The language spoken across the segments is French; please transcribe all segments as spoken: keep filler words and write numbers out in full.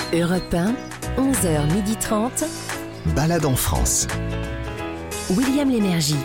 Europe un, onze heures trente. Balade en France. William Lémergie.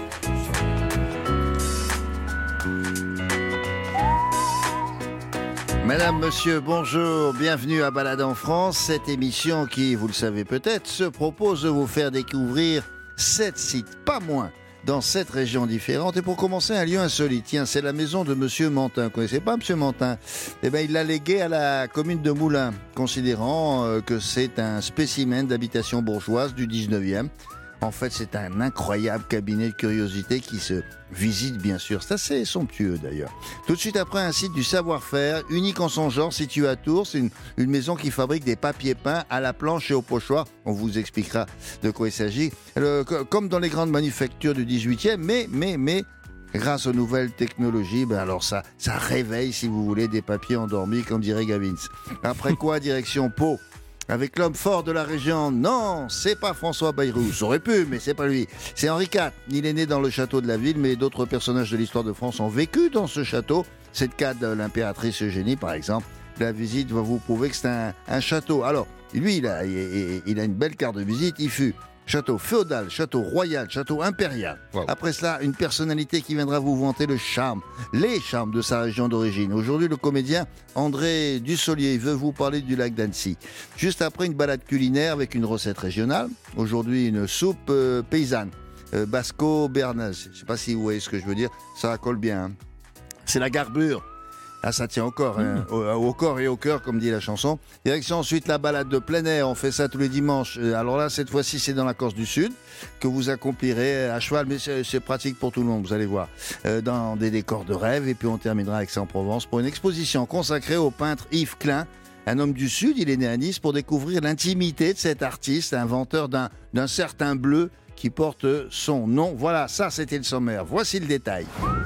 Madame, monsieur, bonjour, bienvenue à Balade en France, cette émission qui, vous le savez peut-être, se propose de vous faire découvrir sept sites, pas moins, dans sept régions différentes. Et pour commencer, un lieu insolite, tiens, c'est la maison de monsieur Mantin. Vous connaissez pas monsieur Mantin? Eh bien, il l'a légué à la commune de Moulins, considérant euh, que c'est un spécimen d'habitation bourgeoise du dix-neuvième. En fait, c'est un incroyable cabinet de curiosités qui se visite, bien sûr. C'est assez somptueux, d'ailleurs. Tout de suite après, un site du savoir-faire, unique en son genre, situé à Tours. C'est une, une maison qui fabrique des papiers peints à la planche et au pochoir. On vous expliquera de quoi il s'agit. Le, comme dans les grandes manufactures du dix-huitième, mais, mais, mais, grâce aux nouvelles technologies, ben alors ça, ça réveille, si vous voulez, des papiers endormis, comme dirait Gavins. Après quoi, direction Pau. Avec l'homme fort de la région, non, c'est pas François Bayrou, ça aurait pu, mais c'est pas lui. C'est Henri quatre. Il est né dans le château de la ville, mais d'autres personnages de l'histoire de France ont vécu dans ce château. C'est le cas de l'impératrice Eugénie, par exemple. La visite va vous prouver que c'est un, un château. Alors, lui, il a, il, il a une belle carte de visite. Il fut château féodal, château royal, château impérial. Wow. Après cela, une personnalité qui viendra vous vanter le charme, les charmes de sa région d'origine. Aujourd'hui, le comédien André Dussolier veut vous parler du lac d'Annecy. Juste après, une balade culinaire avec une recette régionale. Aujourd'hui, une soupe euh, paysanne, euh, basco-bernaise. Je ne sais pas si vous voyez ce que je veux dire. Ça colle bien. Hein. C'est la garbure. Ah, ça tient au corps, hein. mmh. au, au corps et au cœur, comme dit la chanson. Direction ensuite la balade de plein air, on fait ça tous les dimanches. Alors là, cette fois-ci, c'est dans la Corse du Sud, que vous accomplirez à cheval, mais c'est, c'est pratique pour tout le monde, vous allez voir. Euh, dans des décors de rêve, et puis on terminera avec Aix-en-Provence pour une exposition consacrée au peintre Yves Klein, un homme du Sud. Il est né à Nice pour découvrir l'intimité de cet artiste, inventeur d'un, d'un certain bleu qui porte son nom. Voilà, ça c'était le sommaire. Voici le détail.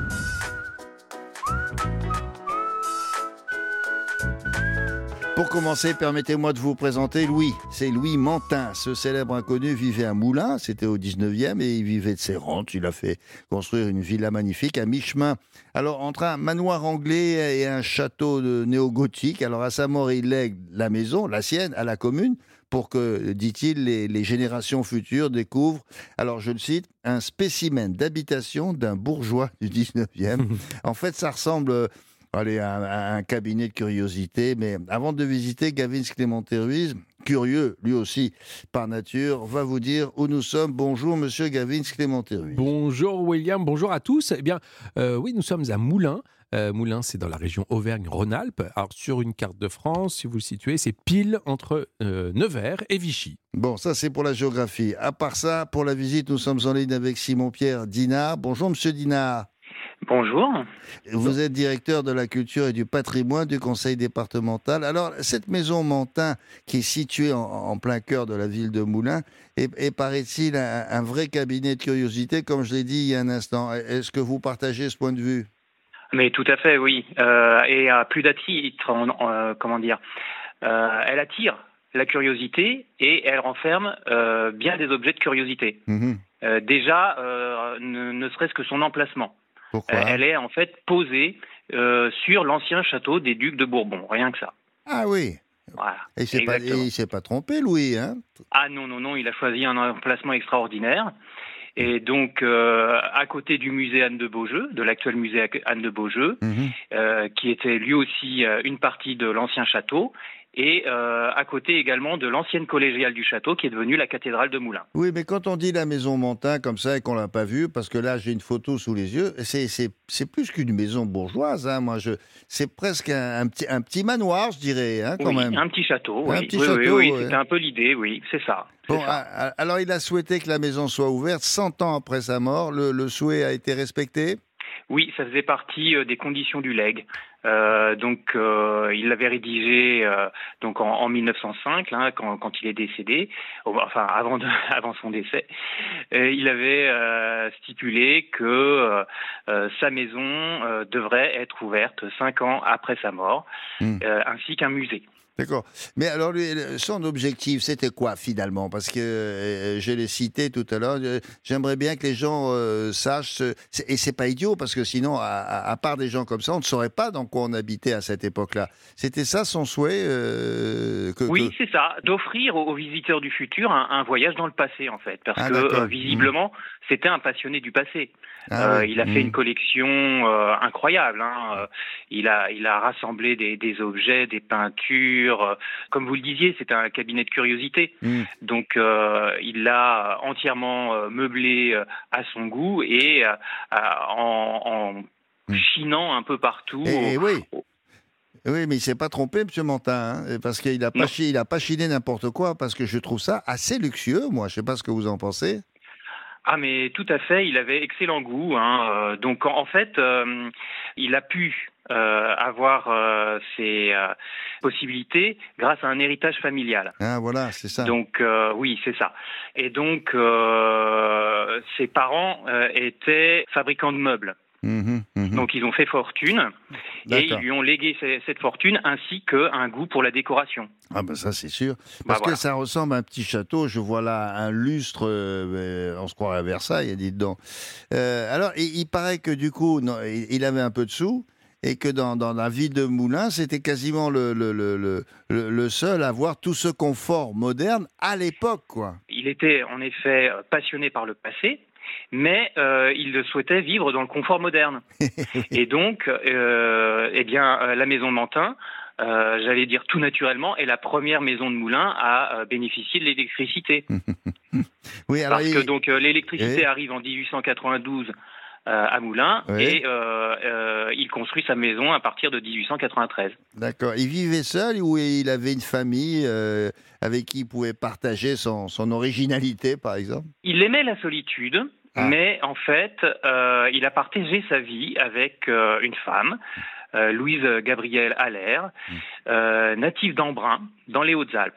Pour commencer, permettez-moi de vous présenter Louis. C'est Louis Mantin. Ce célèbre inconnu vivait à Moulins, c'était au dix-neuvième, et il vivait de ses rentes. Il a fait construire une villa magnifique à mi-chemin. Alors, entre un manoir anglais et un château de néo-gothique, alors à sa mort, il lègue la maison, la sienne, à la commune, pour que, dit-il, les, les générations futures découvrent, alors je le cite, un spécimen d'habitation d'un bourgeois du dix-neuvième. En fait, ça ressemble... Allez, un, un cabinet de curiosité, mais avant de visiter, Gavin Clémenté-Ruiz, curieux, lui aussi, par nature, va vous dire où nous sommes. Bonjour, monsieur Gavin Clémenté-Ruiz. Bonjour, William, bonjour à tous. Eh bien, euh, oui, nous sommes à Moulins. Euh, Moulins, c'est dans la région Auvergne-Rhône-Alpes. Alors, sur une carte de France, si vous le situez, c'est pile entre euh, Nevers et Vichy. Bon, ça, c'est pour la géographie. À part ça, pour la visite, nous sommes en ligne avec Simon-Pierre Dinard. Bonjour, monsieur Dinard. Bonjour. Vous êtes directeur de la culture et du patrimoine du conseil départemental. Alors, cette maison Mantin, qui est située en, en plein cœur de la ville de Moulins, est, est paraît-il, un, un vrai cabinet de curiosité, comme je l'ai dit il y a un instant. Est-ce que vous partagez ce point de vue ? Mais tout à fait, oui. Euh, et à plus d'un titre, euh, comment dire, euh, elle attire la curiosité et elle renferme euh, bien des objets de curiosité. Mmh. Euh, déjà, euh, ne, ne serait-ce que son emplacement. Pourquoi ? Elle est en fait posée euh, sur l'ancien château des Ducs de Bourbon, rien que ça. Ah oui. Voilà. Et il ne s'est pas trompé, Louis, hein ? Ah non, non, non, il a choisi un emplacement extraordinaire. Et donc, euh, à côté du musée Anne de Beaujeu, de l'actuel musée Anne de Beaujeu, mmh. euh, qui était lui aussi euh, une partie de l'ancien château, et euh, à côté également de l'ancienne collégiale du château, qui est devenue la cathédrale de Moulins. Oui, mais quand on dit la maison Mantin comme ça et qu'on l'a pas vue, parce que là j'ai une photo sous les yeux, c'est, c'est, c'est plus qu'une maison bourgeoise. Hein, moi, je, c'est presque un, un, petit, un petit manoir, je dirais, hein, quand oui, même. un petit château, oui. Un petit oui, château, oui, oui, ouais. C'était un peu l'idée, oui, c'est ça. C'est bon, ça. Alors il a souhaité que la maison soit ouverte cent ans après sa mort. Le, le souhait a été respecté ? Oui, ça faisait partie euh, des conditions du legs. Euh, donc, euh, il l'avait rédigé euh, donc en, en mille neuf cent cinq, là, quand, quand il est décédé, enfin avant, de, avant son décès. Euh, il avait euh, stipulé que euh, sa maison euh, devrait être ouverte cinq ans après sa mort, mmh. euh, ainsi qu'un musée. D'accord. Mais alors, lui, son objectif, c'était quoi, finalement ? Parce que euh, je l'ai cité tout à l'heure. Euh, j'aimerais bien que les gens euh, sachent... Euh, et c'est pas idiot, parce que sinon, à, à part des gens comme ça, on ne saurait pas dans, quoi on habitait à cette époque-là. C'était ça son souhait euh, que, Oui, que... c'est ça, d'offrir aux, aux visiteurs du futur un, un voyage dans le passé, en fait, parce Ah, que d'accord. euh, visiblement, mmh. c'était un passionné du passé. Ah, euh, oui. Il a mmh. fait une collection euh, incroyable. Hein. Euh, il a, il a rassemblé des, des objets, des peintures. Euh, comme vous le disiez, c'était un cabinet de curiosité. Mmh. Donc, euh, il l'a entièrement euh, meublé euh, à son goût et euh, en, en mmh. chinant un peu partout. Et, au, oui. Au... Oui, mais il ne s'est pas trompé, M. Mantin, hein, parce qu'il n'a pas, chi- pas chiné n'importe quoi, parce que je trouve ça assez luxueux, moi. Je ne sais pas ce que vous en pensez. Ah, mais tout à fait, il avait excellent goût. Hein. Euh, donc, en, en fait, euh, il a pu euh, avoir euh, ses euh, possibilités grâce à un héritage familial. Ah, voilà, c'est ça. Donc, euh, oui, c'est ça. Et donc, euh, ses parents euh, étaient fabricants de meubles. Mmh, mmh. Donc, ils ont fait fortune et ils lui ont légué cette fortune ainsi qu'un goût pour la décoration. Ah ben ça, c'est sûr. Parce bah, que voilà. Ça ressemble à un petit château. Je vois là un lustre, euh, on se croirait à Versailles, dit dedans. Euh, alors, il, il paraît que du coup, non, il, il avait un peu de sous et que dans, dans la ville de Moulins, c'était quasiment le, le, le, le, le seul à avoir tout ce confort moderne à l'époque, quoi. Il était en effet passionné par le passé. Mais euh, il souhaitait vivre dans le confort moderne. Et donc, euh, eh bien, la maison Mantin, euh, j'allais dire tout naturellement, est la première maison de moulin à euh, bénéficier de l'électricité. Oui, alors Parce il... que donc euh, l'électricité et... arrive en dix-huit cent quatre-vingt-douze euh, à Moulins oui. et euh, euh, il construit sa maison à partir de dix-huit cent quatre-vingt-treize. D'accord. Il vivait seul ou il avait une famille euh, avec qui il pouvait partager son, son originalité, par exemple? Il aimait la solitude. Ah. Mais en fait, euh, il a partagé sa vie avec euh, une femme, euh, Louise Gabrielle Allaire, mmh. euh, native d'Embrun, dans les Hautes-Alpes.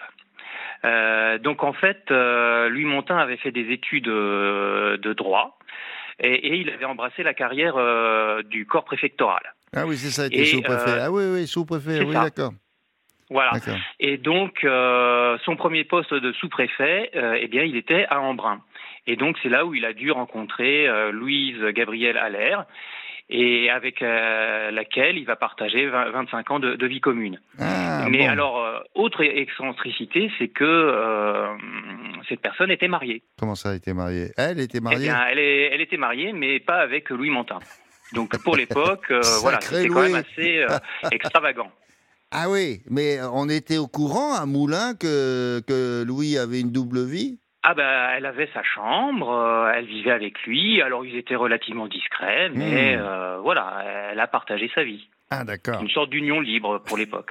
Euh, donc en fait, euh, Louis Mantin avait fait des études euh, de droit et, et il avait embrassé la carrière euh, du corps préfectoral. Ah oui, c'est ça, il était sous-préfet. Euh, ah oui, oui, sous-préfet, oui, ça. D'accord. Voilà. D'accord. Et donc, euh, son premier poste de sous-préfet, euh, eh bien, il était à Embrun. Et donc, c'est là où il a dû rencontrer euh, Louise Gabrielle Allaire, et avec euh, laquelle il va partager vingt, vingt-cinq ans de, de vie commune. Ah, Mais bon. alors, euh, autre excentricité, c'est que euh, cette personne était mariée. Comment ça, elle était mariée? Elle était mariée? Eh bien, elle, est, elle était mariée, mais pas avec Louis Mantin. Donc, pour l'époque, euh, voilà, c'était quand même assez euh, extravagant. Ah oui, mais on était au courant à Moulins que, que Louis avait une double vie? Ah ben, elle avait sa chambre, euh, elle vivait avec lui, alors ils étaient relativement discrets, mais mmh. euh, voilà, elle a partagé sa vie. Ah d'accord. Une sorte d'union libre pour l'époque.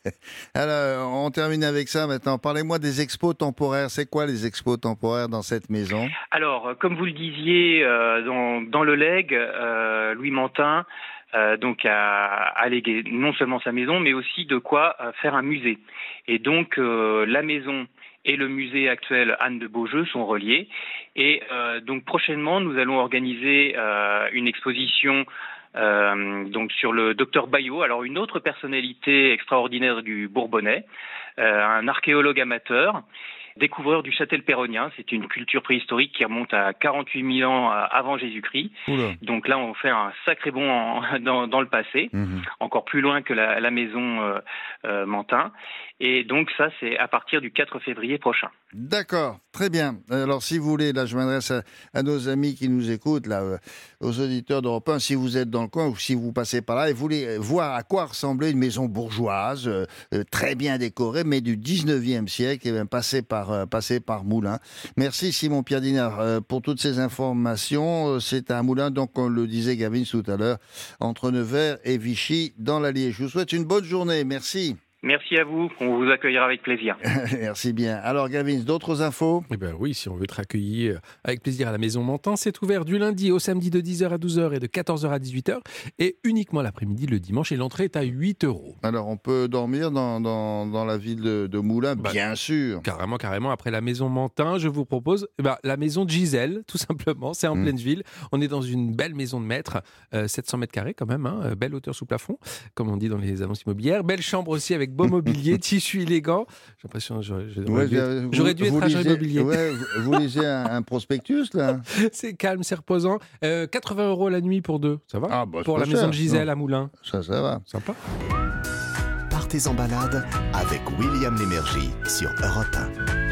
Alors, on termine avec ça maintenant. Parlez-moi des expos temporaires. C'est quoi les expos temporaires dans cette maison? Alors, comme vous le disiez, euh, dans, dans le legs, euh, Louis Mantin euh, donc a, a légué non seulement sa maison, mais aussi de quoi euh, faire un musée. Et donc, euh, la maison et le musée actuel Anne de Beaujeu sont reliés. Et euh, donc prochainement, nous allons organiser euh, une exposition euh, donc sur le docteur Baillot, alors une autre personnalité extraordinaire du Bourbonnais, euh, un archéologue amateur, découvreur du Châtel-Péronnien. C'est une culture préhistorique qui remonte à quarante-huit mille ans avant Jésus-Christ. Oula. Donc là, on fait un sacré bond en, dans, dans le passé, mmh. encore plus loin que la, la maison euh, euh, Mantin. Et donc ça, c'est à partir du quatre février prochain. D'accord, très bien. Alors si vous voulez, là je m'adresse à, à nos amis qui nous écoutent, là, euh, aux auditeurs d'Europe un, si vous êtes dans le coin ou si vous passez par là et vous voulez voir à quoi ressemblait une maison bourgeoise, euh, euh, très bien décorée, mais du dix-neuvième siècle, et bien passée par, euh, passée par Moulins. Merci Simon Pierre Dinard euh, pour toutes ces informations. C'est à Moulins, donc on le disait Gavin tout à l'heure, entre Nevers et Vichy dans l'Allier. Je vous souhaite une bonne journée, merci. Merci à vous, on vous accueillera avec plaisir. Merci bien. Alors Gavin, d'autres infos? Eh bien oui, si on veut être accueilli avec plaisir à la Maison Mantin, c'est ouvert du lundi au samedi de dix heures à douze heures et de quatorze heures à dix-huit heures et uniquement l'après-midi le dimanche et l'entrée est à huit euros. Alors on peut dormir dans, dans, dans la ville de, de Moulins, bah, bien sûr. Carrément, carrément. Après la Maison Mantin, je vous propose eh ben, la Maison de Gisèle, tout simplement. C'est en mmh. pleine ville. On est dans une belle maison de maître, euh, sept cents mètres carrés quand même, hein, belle hauteur sous plafond, comme on dit dans les annonces immobilières. Belle chambre aussi avec beau mobilier, tissu élégant. J'ai l'impression j'aurais, j'aurais Ouais, dû, vous- j'aurais dû vous être agent lisez- immobilier. ouais, vous- vous lisez un, un prospectus, là? C'est calme, c'est reposant. Euh, quatre-vingts euros la nuit pour deux, ça va? Ah, bah, c'est Pour pas la maison cher, de Gisèle non. à Moulins. Ça, ça va. Sympa. Partez en balade avec William Lémergie sur Europe un.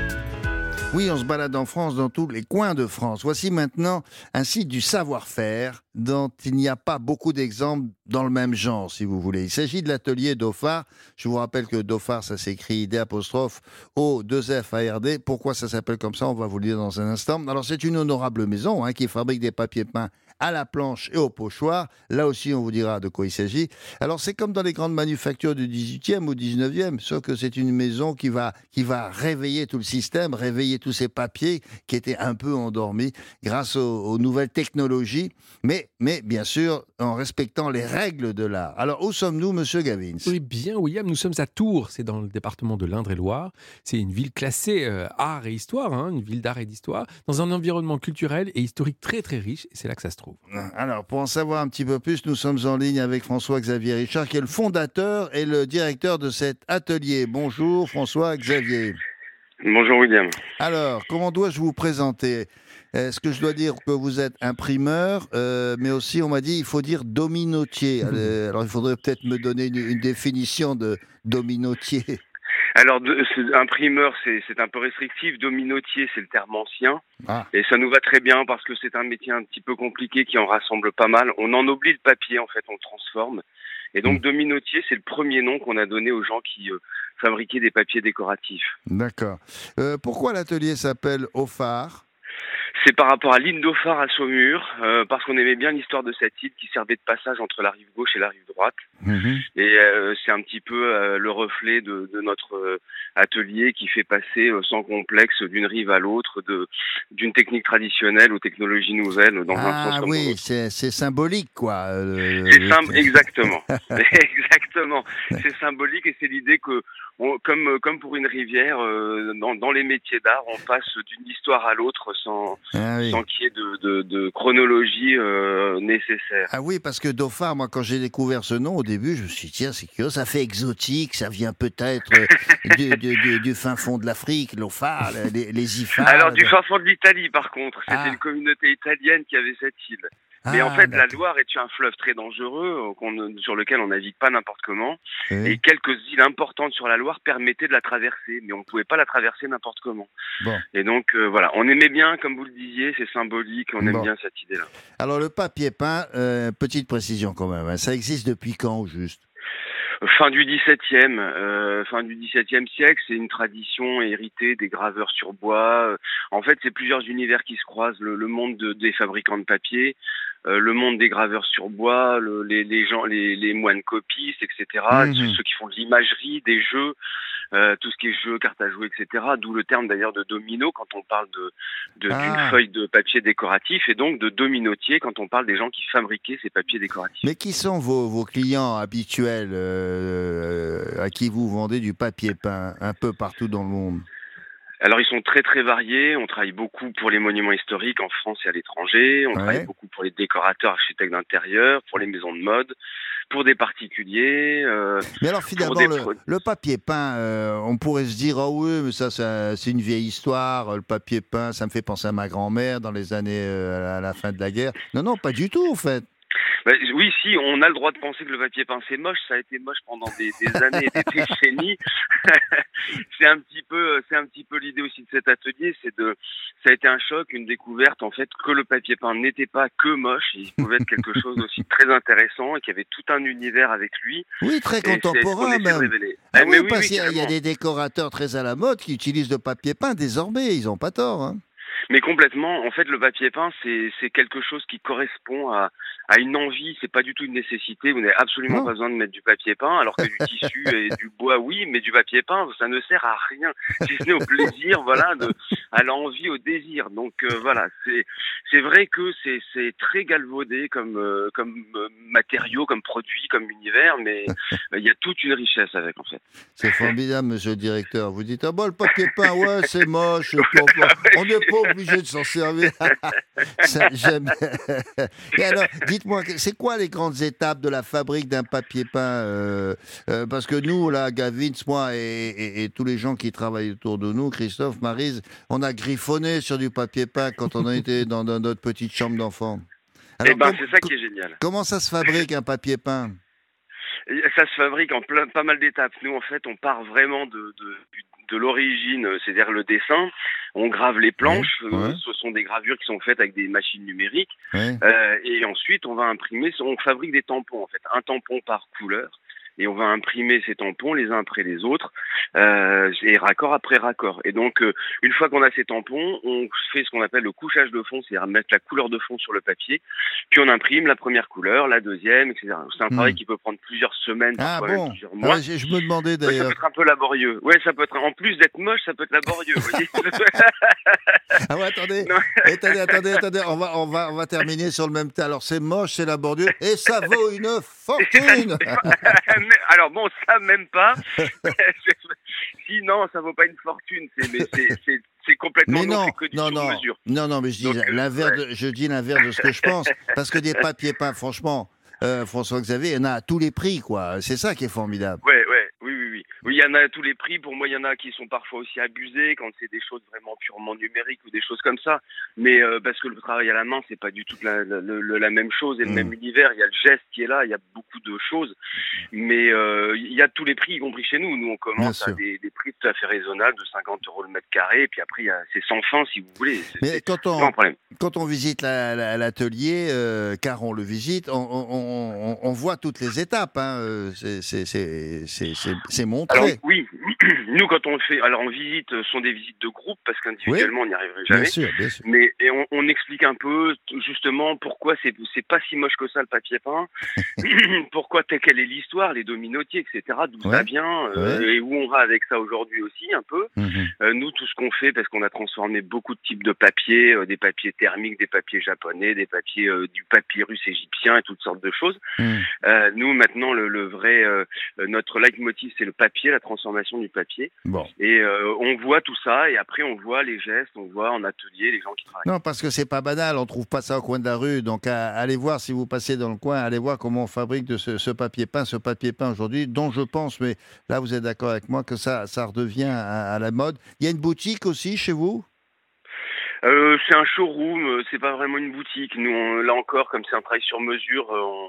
Oui, on se balade en France, dans tous les coins de France. Voici maintenant un site du savoir-faire dont il n'y a pas beaucoup d'exemples dans le même genre, si vous voulez. Il s'agit de l'atelier Dauphard. Je vous rappelle que Dauphard, ça s'écrit D apostrophe O deux F A R D. Pourquoi ça s'appelle comme ça? On va vous le dire dans un instant. Alors, c'est une honorable maison hein, qui fabrique des papiers peints à la planche et au pochoir. Là aussi, on vous dira de quoi il s'agit. Alors, c'est comme dans les grandes manufactures du dix-huitième ou dix-neuvième, sauf que c'est une maison qui va, qui va réveiller tout le système, réveiller tous ces papiers qui étaient un peu endormis grâce aux, aux nouvelles technologies, mais, mais bien sûr, en respectant les règles de l'art. Alors, où sommes-nous, monsieur Gavins? Oui, bien, William, nous sommes à Tours, c'est dans le département de l'Indre-et-Loire. C'est une ville classée euh, art et histoire, hein, une ville d'art et d'histoire, dans un environnement culturel et historique très très riche, et c'est là que ça se trouve. Alors, pour en savoir un petit peu plus, nous sommes en ligne avec François-Xavier Richard, qui est le fondateur et le directeur de cet atelier. Bonjour, François-Xavier. Bonjour William. Alors, comment dois-je vous présenter? Est-ce que je dois dire que vous êtes imprimeur, euh, mais aussi, on m'a dit, il faut dire dominotier. Euh, Alors, il faudrait peut-être me donner une, une définition de dominotier. Alors, de, c'est- imprimeur, c'est, c'est un peu restrictif. Dominotier, c'est le terme ancien. Ah. Et ça nous va très bien parce que c'est un métier un petit peu compliqué qui en rassemble pas mal. On en oublie le papier, en fait, on le transforme. Et donc, Mm. dominotier, c'est le premier nom qu'on a donné aux gens qui euh, fabriquaient des papiers décoratifs. D'accord. Euh, pourquoi l'atelier s'appelle Au Phare? C'est par rapport à l'île Dauphard à Saumur, euh, parce qu'on aimait bien l'histoire de cette île qui servait de passage entre la rive gauche et la rive droite. Mhm. Et euh, c'est un petit peu euh, le reflet de, de notre euh, atelier qui fait passer euh, sans complexe d'une rive à l'autre, de d'une technique traditionnelle aux technologies nouvelles dans un sens Ah comme dans oui, l'autre. c'est c'est symbolique, quoi. euh, C'est le- simple, exactement, exactement. C'est symbolique et c'est l'idée que, on- comme euh, comme pour une rivière, euh, dans, dans les métiers d'art, on passe d'une histoire à l'autre sans Ah oui. sans qu'il y ait de, de, de chronologie euh, nécessaire. Ah oui, parce que Dauphard, moi, quand j'ai découvert ce nom, au début, je me suis dit, tiens, c'est curieux, ça fait exotique, ça vient peut-être euh, du, du- du- du fin fond de l'Afrique, l'Ophar, les, les Ifars. Alors du fin fond de l'Italie, par contre, c'était Ah. une communauté italienne qui avait cette île. Mais Ah, en fait, la d'accord. Loire est un fleuve très dangereux, euh, qu'on- sur lequel on navigue pas n'importe comment. Oui. Et quelques îles importantes sur la Loire permettaient de la traverser, mais on pouvait pas la traverser n'importe comment. Bon. Et donc euh, voilà, on aimait bien, comme vous le disiez, c'est symbolique, on aime Bon. bien cette idée-là. Alors, le papier peint, euh, petite précision quand même, hein, ça existe depuis quand, au juste? Fin du dix-septième, euh, fin du dix-septième siècle, c'est une tradition héritée des graveurs sur bois. Euh, En fait, c'est plusieurs univers qui se croisent, le, le monde de- des fabricants de papier, euh, le monde des graveurs sur bois, le- les, les gens, les, les moines copistes, et cetera. Mhm. Ceux, ceux qui font de l'imagerie, des jeux, euh, tout ce qui est jeux, cartes à jouer, et cetera. D'où le terme d'ailleurs de domino quand on parle de de- Ah. d'une feuille de papier décoratif, et donc de dominotier quand on parle des gens qui fabriquaient ces papiers décoratifs. Mais qui sont vos, vos clients habituels euh, à qui vous vendez du papier peint un peu partout dans le monde? Alors ils sont très très variés, on travaille beaucoup pour les monuments historiques en France et à l'étranger, on Ouais. travaille beaucoup pour les décorateurs, architectes d'intérieur, pour les maisons de mode, pour des particuliers. euh, Mais alors finalement, des le, pro- le papier peint, euh, on pourrait se dire, ah oui, mais ça, ça c'est une vieille histoire, le papier peint, ça me fait penser à ma grand-mère dans les années euh, à la fin de la guerre. Non, non, pas du tout en fait. Bah, oui, si, on a le droit de penser que le papier peint c'est moche, ça a été moche pendant des, des années et des décennies. c'est un petit peu, c'est un petit peu l'idée aussi de cet atelier, c'est de, ça a été un choc, une découverte en fait que le papier peint n'était pas que moche, il pouvait être quelque chose aussi de très intéressant et qu'il y avait tout un univers avec lui. Oui, très Et c'est ce qu'on contemporain essaie de même. révéler. Ah Eh, mais oui, parce oui, qu'il y, a- il y a carrément. des décorateurs très à la mode qui utilisent le papier peint désormais, ils n'ont pas tort. Hein. Mais complètement, en fait, le papier peint, c'est c'est quelque chose qui correspond à, à une envie, c'est pas du tout une nécessité, vous n'avez absolument Non. pas besoin de mettre du papier peint, alors que du tissu et du bois, oui, mais du papier peint, ça ne sert à rien, si ce n'est au plaisir, voilà, de, à l'envie, au désir. Donc euh, voilà, c'est c'est vrai que c'est c'est très galvaudé comme, euh, comme euh, matériau, comme produit, comme univers, mais euh, il y a toute une richesse avec, en fait. C'est formidable, monsieur le directeur. Vous dites, ah bon, le papier peint, ouais, c'est moche. puis on on n'est pas obligé de s'en servir. Ça, j'aime. Et alors, dites-moi, c'est quoi les grandes étapes de la fabrique d'un papier peint euh, euh, Parce que nous, là, Gavin, moi et, et, et tous les gens qui travaillent autour de nous, Christophe, Maryse, on a griffonné sur du papier peint quand on était dans, dans notre petite chambre d'enfant. Alors, eh ben, com- c'est ça qui est génial. Comment ça se fabrique un papier peint? Ça se fabrique en plein, pas mal d'étapes. Nous, en fait, on part vraiment de, de, de l'origine, c'est-à-dire le dessin. On grave les planches. Ouais, ouais. Ce sont des gravures qui sont faites avec des machines numériques. Ouais. Euh, et ensuite, on va imprimer. On fabrique des tampons, en fait. Un tampon par couleur. Et on va imprimer ces tampons les uns après les autres, euh, et raccord après raccord. Et donc, euh, une fois qu'on a ces tampons, on fait ce qu'on appelle le couchage de fond, c'est-à-dire mettre la couleur de fond sur le papier, puis on imprime la première couleur, la deuxième, et cetera. C'est un travail mmh. qui peut prendre plusieurs semaines, ah parfois bon. même plusieurs mois. Ah, je me demandais d'ailleurs. Ouais, ça peut être un peu laborieux. Ouais, ça peut être, en plus d'être moche, ça peut être laborieux, vous voyez. Ah ouais, attendez, attendez, attendez, attendez, on va, on va, on va terminer sur le même thème. Alors, c'est moche, c'est laborieux, et ça vaut une fortune. Alors bon, ça même pas. Si non, ça vaut pas une fortune. C'est, mais c'est, c'est, c'est complètement mais non, que du non, non, mesure. non, non, mais je dis Donc, l'inverse. ouais. De, je dis l'inverse de ce que je pense, parce que des papiers peints, franchement, euh, François-Xavier, il y en a à tous les prix, quoi. C'est ça qui est formidable. Ouais, ouais, oui, oui, oui. Oui, il y en a à tous les prix. Pour moi, il y en a qui sont parfois aussi abusés quand c'est des choses vraiment purement numériques ou des choses comme ça. Mais euh, parce que le travail à la main, c'est pas du tout la, la, la, la même chose et le mmh. même univers. Il y a le geste qui est là, il y a beaucoup de choses. Mais euh, il y a tous les prix, y compris chez nous. Nous, on commence à des, des prix tout à fait raisonnables de cinquante euros le mètre carré. Et puis après, il y a, c'est sans fin, si vous voulez. C'est, Mais c'est, quand on, quand on visite la, la, l'atelier, euh, car on le visite, on, on, on, on voit toutes les étapes. Hein. C'est, c'est, c'est, c'est, c'est, c'est montré. Alors, oui, nous quand on fait, alors on visite, ce sont des visites de groupe parce qu'individuellement oui. on n'y arriverait jamais. Bien sûr, bien sûr. Mais et on, on explique un peu justement pourquoi c'est c'est pas si moche que ça le papier peint, pourquoi telle quelle est l'histoire, les dominotiers, et cetera. D'où ouais. ça vient euh, ouais. et où on va avec ça aujourd'hui aussi un peu. Mm-hmm. Euh, nous tout ce qu'on fait parce qu'on a transformé beaucoup de types de papiers, euh, des papiers thermiques, des papiers japonais, des papiers euh, du papyrus égyptien et toutes sortes de choses. Mm. Euh, nous maintenant le, le vrai euh, notre leitmotiv c'est le papier, la transformation du papier. Bon. Et euh, on voit tout ça et après on voit les gestes, on voit en atelier les gens qui travaillent. Non, parce que c'est pas banal, on trouve pas ça au coin de la rue. Donc à, allez voir si vous passez dans le coin, allez voir comment on fabrique de ce, ce papier peint, ce papier peint aujourd'hui, dont je pense, mais là vous êtes d'accord avec moi, que ça, ça redevient à, à la mode. Il y a une boutique aussi chez vous ? Euh, c'est un showroom, c'est pas vraiment une boutique. Nous, on, là encore, comme c'est un travail sur mesure, on,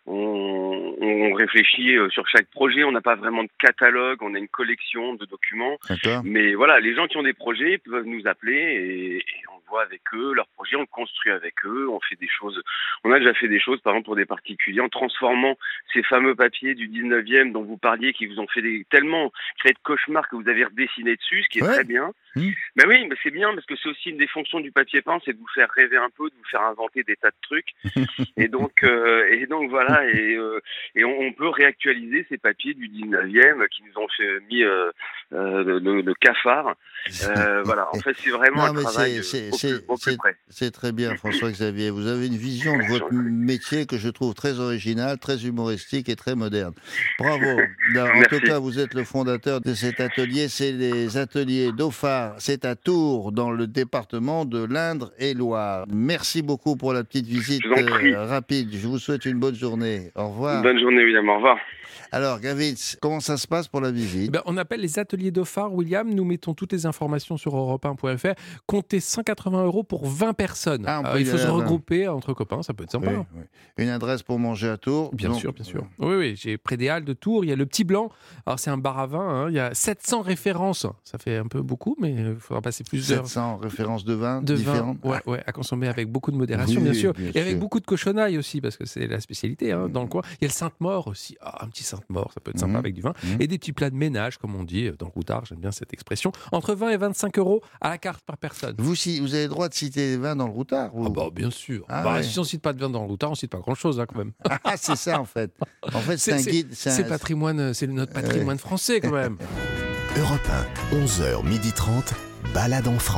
on, on réfléchit sur chaque projet. On n'a pas vraiment de catalogue, on a une collection de documents. D'accord. Mais voilà, les gens qui ont des projets peuvent nous appeler et, et on voit avec eux leurs projets, on le construit avec eux, on fait des choses. On a déjà fait des choses, par exemple pour des particuliers, en transformant ces fameux papiers du dix-neuvième dont vous parliez, qui vous ont fait des, tellement créé de cauchemars que vous avez redessiné dessus, ce qui est ouais. très bien. Mmh. Ben oui, mais c'est bien parce que c'est aussi une des fonctions du papier peint, c'est de vous faire rêver un peu, de vous faire inventer des tas de trucs. et donc, euh, et donc voilà, et, euh, et on, on peut réactualiser ces papiers du dix-neuvième qui nous ont fait mis euh, euh, le, le cafard. Euh, voilà, en fait, c'est vraiment non, un travail c'est, c'est, au, plus, au plus c'est, près. C'est très bien, François-Xavier. Vous avez une vision de votre métier que je trouve très originale, très humoristique et très moderne. Bravo. En tout cas, vous êtes le fondateur de cet atelier. C'est les ateliers Dauphard. C'est à Tours, dans le département de l'Indre-et-Loire. Merci beaucoup pour la petite visite euh, rapide. Je vous souhaite une bonne journée. Au revoir. Bonne journée, William. Au revoir. Alors, Gavitz, comment ça se passe pour la visite ? Ben, on appelle les ateliers Dauphard, William. Nous mettons toutes les informations sur europe un point f r. Comptez cent quatre-vingts euros pour vingt personnes. Ah, euh, il faut se regrouper entre copains, ça peut être sympa. Oui, oui. Une adresse pour manger à Tours ? Bien non. sûr, bien sûr. Oui, oui, j'ai près des Halles de Tours. Il y a le Petit Blanc. Alors, c'est un bar à vin. Hein. Il y a sept cents références. Ça fait un peu beaucoup, mais il faudra passer plus d'heures. sept cents références de vin de différentes. Vin, ouais, ouais, à consommer avec beaucoup de modération, oui, bien sûr. Bien et avec sûr. Beaucoup de cochonailles aussi, parce que c'est la spécialité hein, mmh. dans le coin. Il y a le Sainte-Maure aussi. Ah, un petit Sainte-Maure, ça peut être sympa mmh. avec du vin. Mmh. Et des petits plats de ménage, comme on dit dans le routard. J'aime bien cette expression. Entre vingt et vingt-cinq euros à la carte par personne. Vous, si, vous avez le droit de citer des vins dans le routard ou... Ah bah bien sûr. Ah bah, ouais. Si on ne cite pas de vin dans le routard, on ne cite pas grand-chose hein, quand même. Ah, c'est ça en fait. En fait, c'est, c'est un guide. C'est, c'est, un... patrimoine, c'est notre patrimoine ouais. français quand même. Europe un, onze heures trente, balade en France.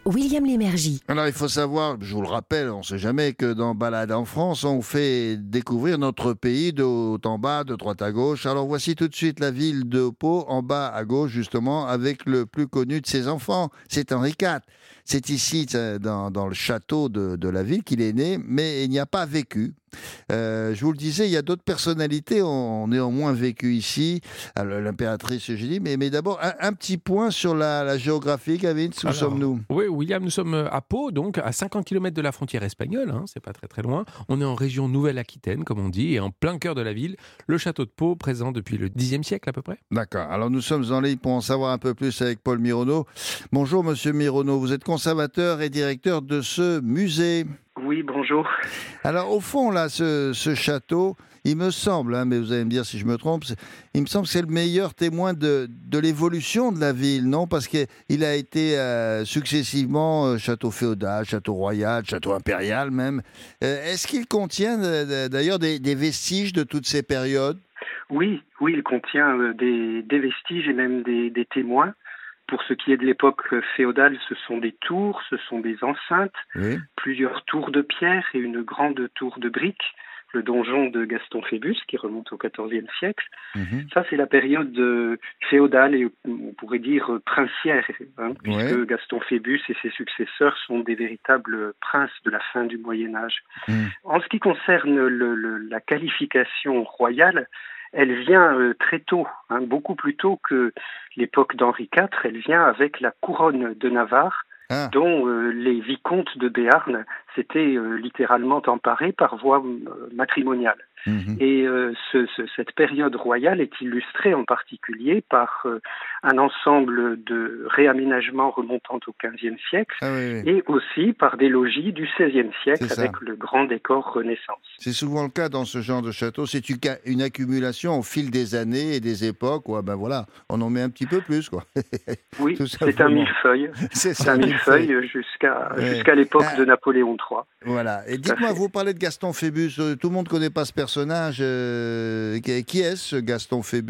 William Lémergie. Alors il faut savoir, je vous le rappelle, on ne sait jamais que dans Balade en France, on fait découvrir notre pays de haut en bas, de droite à gauche. Alors voici tout de suite la ville de Pau, en bas à gauche justement, avec le plus connu de ses enfants, c'est Henri quatre. C'est ici, dans, dans le château de, de la ville, qu'il est né, mais il n'y a pas vécu. Euh, je vous le disais, il y a d'autres personnalités ont néanmoins vécu ici. Alors, l'impératrice Eugénie, mais, mais d'abord, un, un petit point sur la, la géographie, Gavin, où Alors, sommes-nous ? Oui, William, nous sommes à Pau, donc à cinquante kilomètres de la frontière espagnole, hein, c'est pas très très loin. On est en région Nouvelle-Aquitaine, comme on dit, et en plein cœur de la ville. Le château de Pau, présent depuis le dixième siècle à peu près. D'accord, alors nous sommes en ligne pour en savoir un peu plus avec Paul Mironneau. Bonjour Monsieur Mironneau, vous êtes conservateur et directeur de ce musée. Oui, bonjour. Alors, au fond, là, ce, ce château, il me semble, hein, mais vous allez me dire si je me trompe, il me semble que c'est le meilleur témoin de, de l'évolution de la ville, non ? Parce qu'il a été euh, successivement euh, château féodal, château royal, château impérial même. Euh, est-ce qu'il contient euh, d'ailleurs des, des vestiges de toutes ces périodes ? Oui, oui, il contient euh, des, des vestiges et même des, des témoins. Pour ce qui est de l'époque féodale, ce sont des tours, ce sont des enceintes, oui. plusieurs tours de pierre et une grande tour de briques, le donjon de Gaston Phébus qui remonte au quatorzième siècle. Mmh. Ça, c'est la période euh, féodale et on pourrait dire princière, hein, puisque ouais. Gaston Phébus et ses successeurs sont des véritables princes de la fin du Moyen-Âge. Mmh. En ce qui concerne le, le, la qualification royale, elle vient euh, très tôt, hein, beaucoup plus tôt que l'époque d'Henri quatre. Elle vient avec la couronne de Navarre, ah. dont euh, les vicomtes de Béarn s'étaient euh, littéralement emparés par voie euh, matrimoniale. Mmh. Et euh, ce, ce, cette période royale est illustrée en particulier par euh, un ensemble de réaménagements remontant au quinzième siècle ah, oui, oui. et aussi par des logis du seizième siècle avec le grand décor Renaissance. C'est souvent le cas dans ce genre de château, c'est une accumulation au fil des années et des époques. Ouais, ben voilà, on en met un petit peu plus, quoi. Oui, c'est un millefeuille. C'est, c'est un millefeuille, millefeuille jusqu'à, ouais. jusqu'à l'époque ah. de Napoléon trois. Voilà. Et dites-moi, vous parlez de Gaston Phébus, tout le monde ne connaît pas ce personnage. Personnage, euh, qui est ce Gaston Phébus ?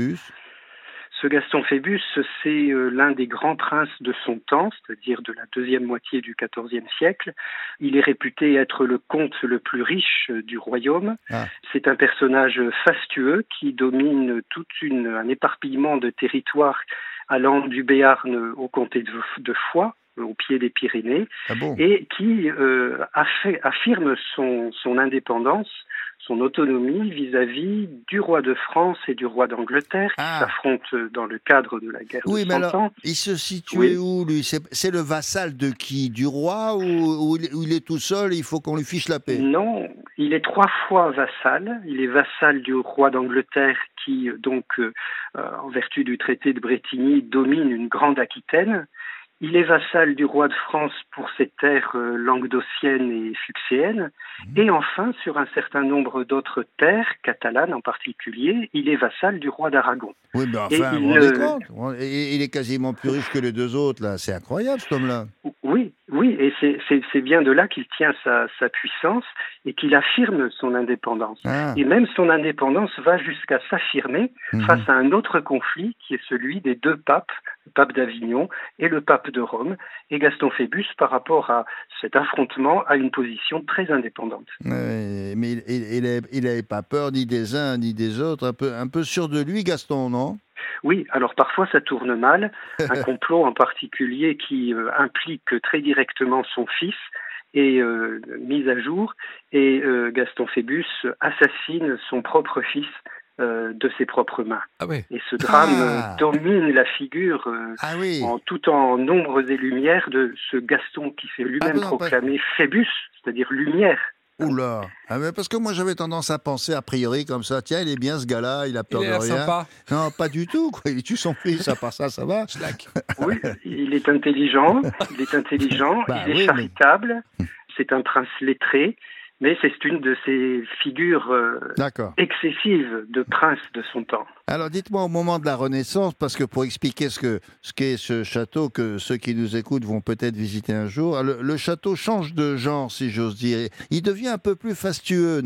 Ce Gaston Phébus, c'est euh, l'un des grands princes de son temps, c'est-à-dire de la deuxième moitié du quatorzième siècle. Il est réputé être le comte le plus riche du royaume. Ah. C'est un personnage fastueux qui domine tout une, un éparpillement de territoires allant du Béarn au comté de, de Foix, au pied des Pyrénées, ah bon et qui euh, affirme son, son indépendance, son autonomie vis-à-vis du roi de France et du roi d'Angleterre ah. qui s'affrontent dans le cadre de la guerre oui, de Cent Ans. Alors, il se situait oui. où, lui ? c'est, c'est le vassal de qui ? Du roi ou, ou il est tout seul, il faut qu'on lui fiche la paix ? Non, il est trois fois vassal. Il est vassal du roi d'Angleterre qui, donc, euh, en vertu du traité de Brétigny, domine une grande Aquitaine. Il est vassal du roi de France pour ses terres euh, languedociennes et fuxéennes. Mmh. Et enfin, sur un certain nombre d'autres terres, catalanes en particulier, il est vassal du roi d'Aragon. Oui, mais enfin, vous vous rendez compte ? Il est quasiment plus riche que les deux autres, là. C'est incroyable, cet homme-là. Oui, oui, et c'est, c'est, c'est bien de là qu'il tient sa, sa puissance et qu'il affirme son indépendance. Ah. Et même son indépendance va jusqu'à s'affirmer mmh. face à un autre conflit qui est celui des deux papes, le pape d'Avignon et le pape de Rome, et Gaston Phébus, par rapport à cet affrontement, a une position très indépendante. Oui, mais il n'avait il, il pas peur ni des uns ni des autres, un peu, un peu sûr de lui, Gaston, non ? Oui, alors parfois ça tourne mal, un complot en particulier qui euh, implique très directement son fils est euh, mis à jour, et euh, Gaston Phébus assassine son propre fils euh, de ses propres mains. Ah ouais. Et ce drame ah. domine la figure euh, ah oui. en, tout en ombres et lumières de ce Gaston qui s'est lui-même ah proclamé pas... Phébus, c'est-à-dire lumière. Oula, ah mais parce que moi j'avais tendance à penser a priori comme ça, tiens il est bien ce gars-là, il a peur il de rien. Sympa. Non, pas du tout, quoi. Il tue son fils, à part ça, ça va. Oui, il est intelligent, il est intelligent, bah, il est oui, charitable, mais... c'est un prince lettré, mais c'est une de ces figures euh, excessives de prince de son temps. Alors dites-moi au moment de la Renaissance, parce que pour expliquer ce, que, ce qu'est ce château, que ceux qui nous écoutent vont peut-être visiter un jour, le, le château change de genre, si j'ose dire. Il devient un peu plus fastueux, non ?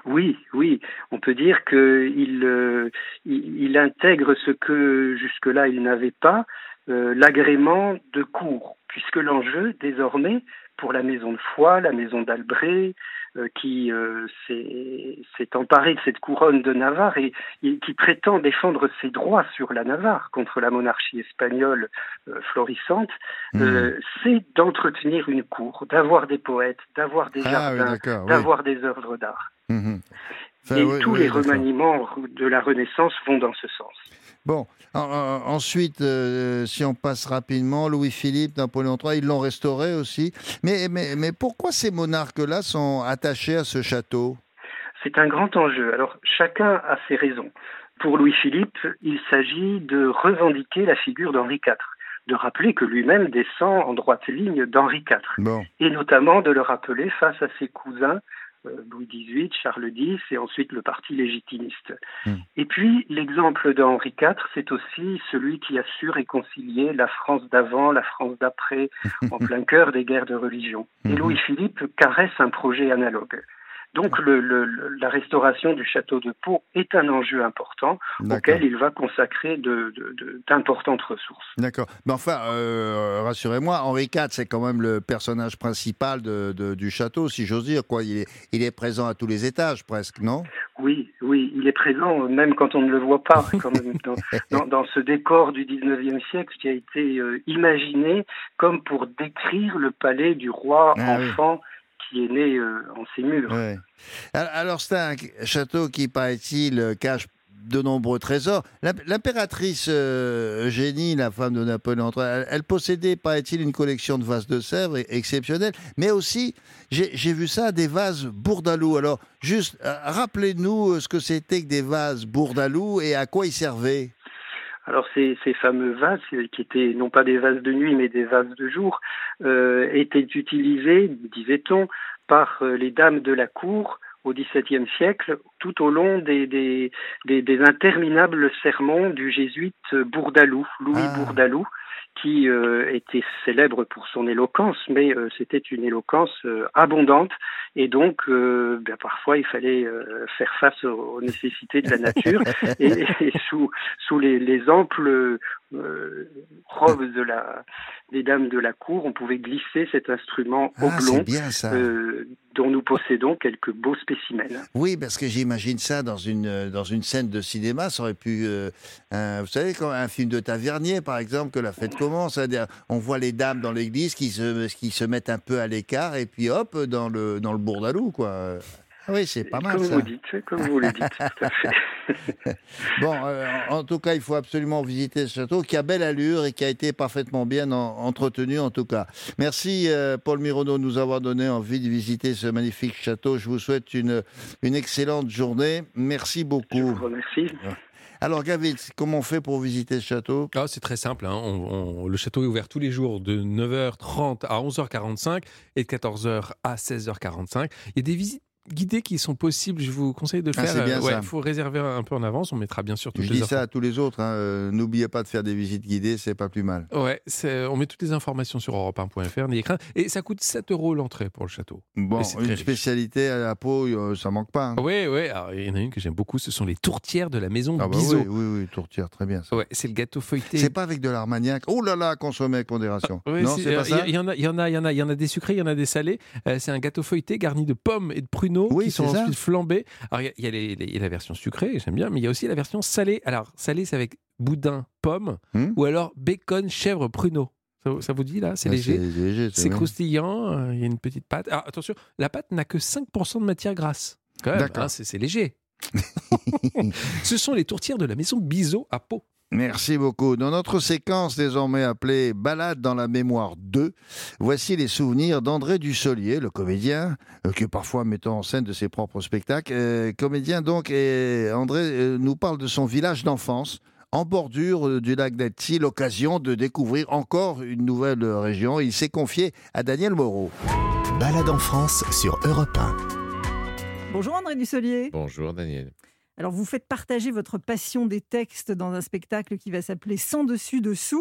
Oui, oui. On peut dire qu'il euh, il, il intègre ce que jusque-là il n'avait pas, euh, l'agrément de cour, puisque l'enjeu désormais pour la maison de Foix, la maison d'Albret, euh, qui euh, s'est, s'est emparée de cette couronne de Navarre et, et qui prétend défendre ses droits sur la Navarre contre la monarchie espagnole euh, florissante, mmh. euh, c'est d'entretenir une cour, d'avoir des poètes, d'avoir des ah, jardins, oui, d'avoir oui. des œuvres d'art. Mmh. Enfin, et oui, tous oui, les d'accord. remaniements de la Renaissance vont dans ce sens. Bon, en, en, ensuite, euh, si on passe rapidement, Louis-Philippe, Napoléon trois, ils l'ont restauré aussi. Mais, mais, mais pourquoi ces monarques-là sont attachés à ce château ? C'est un grand enjeu. Alors, chacun a ses raisons. Pour Louis-Philippe, il s'agit de revendiquer la figure d'Henri quatre, de rappeler que lui-même descend en droite ligne d'Henri quatre, bon. et notamment de le rappeler face à ses cousins, Louis dix-huit, Charles dix et ensuite le parti légitimiste. Mmh. Et puis, l'exemple d'Henri quatre, c'est aussi celui qui a su réconcilier la France d'avant, la France d'après, en plein cœur des guerres de religion. Mmh. Et Louis-Philippe caresse un projet analogue. Donc, le, le, la restauration du château de Pau est un enjeu important auquel il va consacrer de, de, de, d'importantes ressources. D'accord. Mais enfin, euh, rassurez-moi, Henri quatre, c'est quand même le personnage principal de, de, du château, si j'ose dire. Quoi. Il est, il est présent à tous les étages, presque, non ? Oui, oui, il est présent, même quand on ne le voit pas, quand même, dans, dans, dans ce décor du dix-neuvième siècle qui a été euh, imaginé comme pour décrire le palais du roi ah, enfant oui. qui est né euh, en ces murs. Ouais. Alors, c'est un château qui, paraît-il, cache de nombreux trésors. L'impératrice euh, Eugénie, la femme de Napoléon trois, elle, elle possédait, paraît-il, une collection de vases de Sèvres exceptionnelle, mais aussi, j'ai, j'ai vu ça, des vases Bourdaloue. Alors, juste, euh, rappelez-nous ce que c'était que des vases Bourdaloue et à quoi ils servaient. Alors ces, ces fameux vases, qui étaient non pas des vases de nuit, mais des vases de jour, euh, étaient utilisés, disait-on, par euh, les dames de la cour au dix-septième siècle, tout au long des, des, des, des interminables sermons du jésuite Bourdaloue, Louis ah. Bourdaloue, qui euh, était célèbre pour son éloquence, mais euh, c'était une éloquence euh, abondante, et donc euh, ben, parfois il fallait euh, faire face aux, aux nécessités de la nature, et, et sous, sous les, les amples euh, robes de la, des dames de la cour, on pouvait glisser cet instrument ah, oblong, bien, euh, dont nous possédons quelques beaux spécimens. Oui, parce que j'imagine ça dans une, dans une scène de cinéma, ça aurait pu, euh, un, vous savez, comme un film de Tavernier, par exemple, que la fête commence, c'est-à-dire, on voit les dames dans l'église qui se, qui se mettent un peu à l'écart, et puis hop, dans le, dans le Bourdaloue, quoi. Oui, c'est pas mal, comme ça. Vous dites, comme vous le dites, tout à fait. Bon, euh, en tout cas, il faut absolument visiter ce château qui a belle allure et qui a été parfaitement bien en, entretenu, en tout cas. Merci, euh, Paul Mironneau, de nous avoir donné envie de visiter ce magnifique château. Je vous souhaite une, une excellente journée. Merci beaucoup. Je vous remercie. Alors, Gavil, comment on fait pour visiter ce château ? Ah, c'est très simple. Hein. On, on, le château est ouvert tous les jours de neuf heures trente à onze heures quarante-cinq et de quatorze heures à seize heures quarante-cinq. Il y a des visites guidées qui sont possibles, je vous conseille de le ah, faire. Il ouais, faut réserver un peu en avance, on mettra bien sûr toutes je les dis ça infos. à tous les autres, hein. euh, n'oubliez pas de faire des visites guidées, c'est pas plus mal. Ouais, c'est, on met toutes les informations sur europe un point f r, n'ayez crainte. Et ça coûte sept euros l'entrée pour le château. Bon, une spécialité riche. À la Pau, euh, ça manque pas. Hein. Oui, oui, alors, il y en a une que j'aime beaucoup, ce sont les tourtières de la maison ah bah Bizot. Oui, oui, oui, tourtières, très bien. Ça. Ouais, c'est le gâteau feuilleté. C'est pas avec de l'armagnac. Oh là là, consommer avec modération. Ah, oui, non, c'est, c'est pas ça. Il y, y en a, il y en a, il y en a, il y en a des sucrés, il y en a des salés. Euh, c'est un gâteau feuilleté garni de pommes et de pruneaux oui, qui sont ça. ensuite flambés. Alors, il y a, il y a les, les, il y a la version sucrée, j'aime bien, mais il y a aussi la version salée. Alors, salée, c'est avec boudin, pomme, hum? ou alors bacon, chèvre, pruneau. Ça, ça vous dit, là ? C'est ah, léger. C'est, léger, c'est, c'est vrai. croustillant, il euh, y a une petite pâte. Alors, attention, la pâte n'a que cinq pour cent de matière grasse. Quand même, hein, c'est, c'est léger. Ce sont les tourtières de la maison Bizot à Pau. Merci beaucoup. Dans notre séquence désormais appelée Balade dans la mémoire deux, voici les souvenirs d'André Dussolier, le comédien, euh, qui est parfois mettant en scène de ses propres spectacles. Euh, comédien donc, et André euh, nous parle de son village d'enfance, en bordure euh, du lac d'Annecy, l'occasion de découvrir encore une nouvelle région. Il s'est confié à Daniel Moreau. Balade en France sur Europe un. Bonjour André Dussolier. Bonjour Daniel. Alors, vous faites partager votre passion des textes dans un spectacle qui va s'appeler Sans dessus dessous.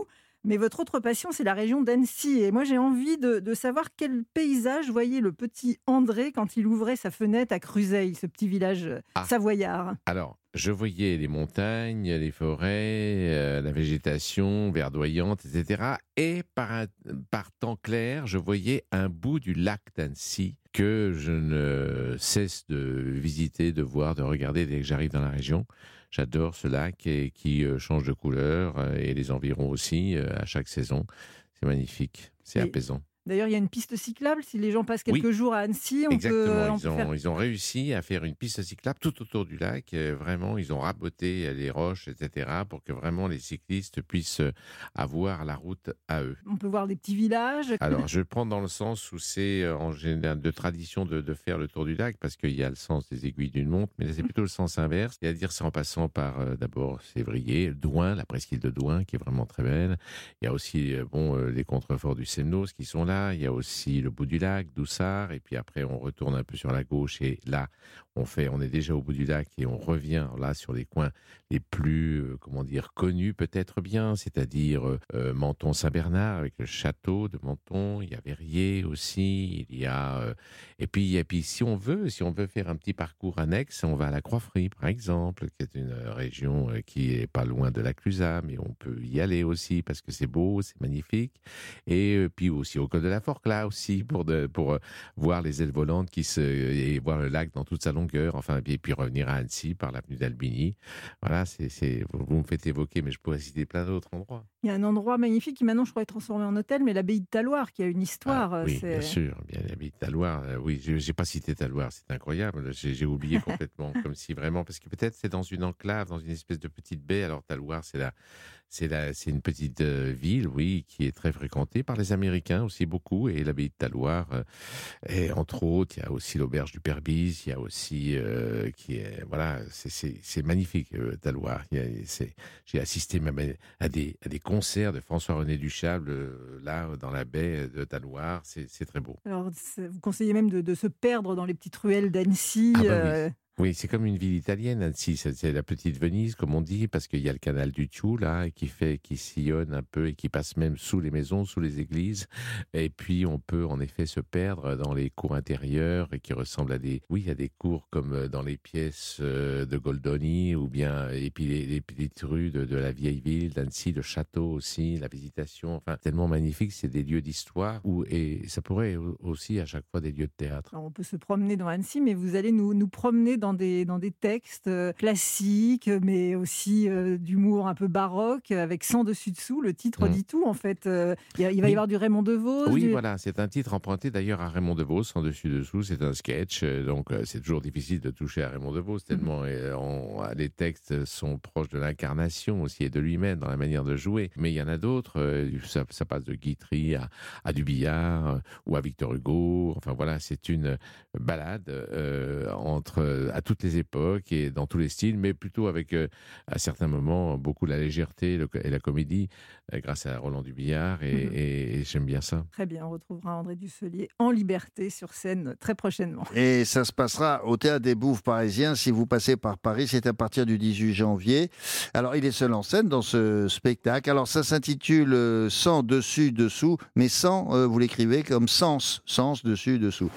Mais votre autre passion, c'est la région d'Annecy. Et moi, j'ai envie de, de savoir quel paysage voyait le petit André quand il ouvrait sa fenêtre à Cruseilles, ce petit village ah. savoyard. Alors, je voyais les montagnes, les forêts, euh, la végétation verdoyante, et cetera. Et par, un, par temps clair, je voyais un bout du lac d'Annecy que je ne cesse de visiter, de voir, de regarder dès que j'arrive dans la région. J'adore ce lac et qui euh, change de couleur euh, et les environs aussi euh, à chaque saison. C'est magnifique, c'est et apaisant. D'ailleurs, il y a une piste cyclable. Si les gens passent quelques oui, jours à Annecy, on exactement. peut... On ils, peut ont, faire... ils ont réussi à faire une piste cyclable tout autour du lac. Euh, vraiment, ils ont raboté les roches, et cetera, pour que vraiment les cyclistes puissent avoir la route à eux. On peut voir des petits villages. Alors, je prends dans le sens où c'est en général de tradition de, de faire le tour du lac, parce qu'il y a le sens des aiguilles d'une montre, mais là, c'est plutôt le sens inverse. C'est-à-dire, c'est en passant par euh, d'abord Sévrier, Douin, la presqu'île de Douin, qui est vraiment très belle. Il y a aussi euh, bon, euh, les contreforts du Semnoz qui sont là. Il y a aussi le bout du lac, Doussard, et puis après on retourne un peu sur la gauche et là on fait, on est déjà au bout du lac et on revient là sur les coins les plus, euh, comment dire, connus peut-être bien, c'est-à-dire euh, Menton-Saint-Bernard avec le château de Menton, il y a Verrier aussi, il y a euh, et puis et puis si on veut, si on veut faire un petit parcours annexe, on va à la Croix-Frie par exemple, qui est une région euh, qui est pas loin de la Clusaz, mais on peut y aller aussi parce que c'est beau, c'est magnifique, et euh, puis aussi au col de la Forque là aussi pour de, pour euh, voir les ailes volantes qui se et voir le lac dans toute sa longueur, enfin et puis revenir à Annecy par l'avenue d'Albigny. Voilà, c'est, c'est vous me faites évoquer, mais je pourrais citer plein d'autres endroits. Il y a un endroit magnifique qui maintenant je crois est transformé en hôtel, mais l'abbaye de Talloires qui a une histoire. Ah, oui, c'est... bien sûr, bien l'abbaye de Talloires. Euh, oui, je j'ai pas cité Talloires, c'est incroyable. J'ai, j'ai oublié complètement, comme si vraiment, parce que peut-être c'est dans une enclave, dans une espèce de petite baie. Alors Talloires, c'est la C'est, la, c'est une petite euh, ville, oui, qui est très fréquentée par les Américains aussi beaucoup, et l'abbaye de Talloires. Euh, et entre autres, il y a aussi l'auberge du Père Bise, il y a aussi, euh, qui est, voilà, c'est, c'est, c'est magnifique, euh, Talloires. Il y a, c'est, j'ai assisté même à des, à des concerts de François-René Duchâble, euh, là, dans la baie de Talloires. C'est, c'est très beau. Alors, vous conseillez même de, de se perdre dans les petites ruelles d'Annecy. Ah bah euh... oui. Oui, c'est comme une ville italienne, Annecy. C'est, c'est la petite Venise, comme on dit, parce qu'il y a le canal du Thiou, là, qui fait, qui sillonne un peu et qui passe même sous les maisons, sous les églises. Et puis, on peut, en effet, se perdre dans les cours intérieures et qui ressemblent à des, oui, à des cours comme dans les pièces de Goldoni ou bien, et puis les, les petites rues de, de la vieille ville d'Annecy, le château aussi, la visitation. Enfin, tellement magnifique. C'est des lieux d'histoire où, et ça pourrait aussi, à chaque fois, des lieux de théâtre. Alors, on peut se promener dans Annecy, mais vous allez nous, nous promener dans Dans des, dans des textes euh, classiques, mais aussi euh, d'humour un peu baroque, avec sans dessus-dessous. Le titre mmh. dit tout, en fait. Euh, il, y a, il va oui. y avoir du Raymond DeVos. Oui, du... voilà, c'est un titre emprunté d'ailleurs à Raymond DeVos, sans dessus-dessous. C'est un sketch, donc euh, c'est toujours difficile de toucher à Raymond DeVos, tellement mmh. euh, on, les textes sont proches de l'incarnation aussi et de lui-même dans la manière de jouer. Mais il y en a d'autres, euh, ça, ça passe de Guitry à, à du Billard euh, ou à Victor Hugo. Enfin voilà, c'est une balade euh, entre... à toutes les époques et dans tous les styles, mais plutôt avec, euh, à certains moments, beaucoup la légèreté le, et la comédie, euh, grâce à Roland Dubillard, et, mmh. et, et j'aime bien ça. Très bien, on retrouvera André Dussolier en liberté sur scène très prochainement. Et ça se passera au Théâtre des Bouffes parisien, si vous passez par Paris, c'est à partir du dix-huit janvier. Alors, il est seul en scène dans ce spectacle. Alors, ça s'intitule euh, Sans, dessus, dessous, mais sans, euh, vous l'écrivez comme sens, sens, dessus, dessous.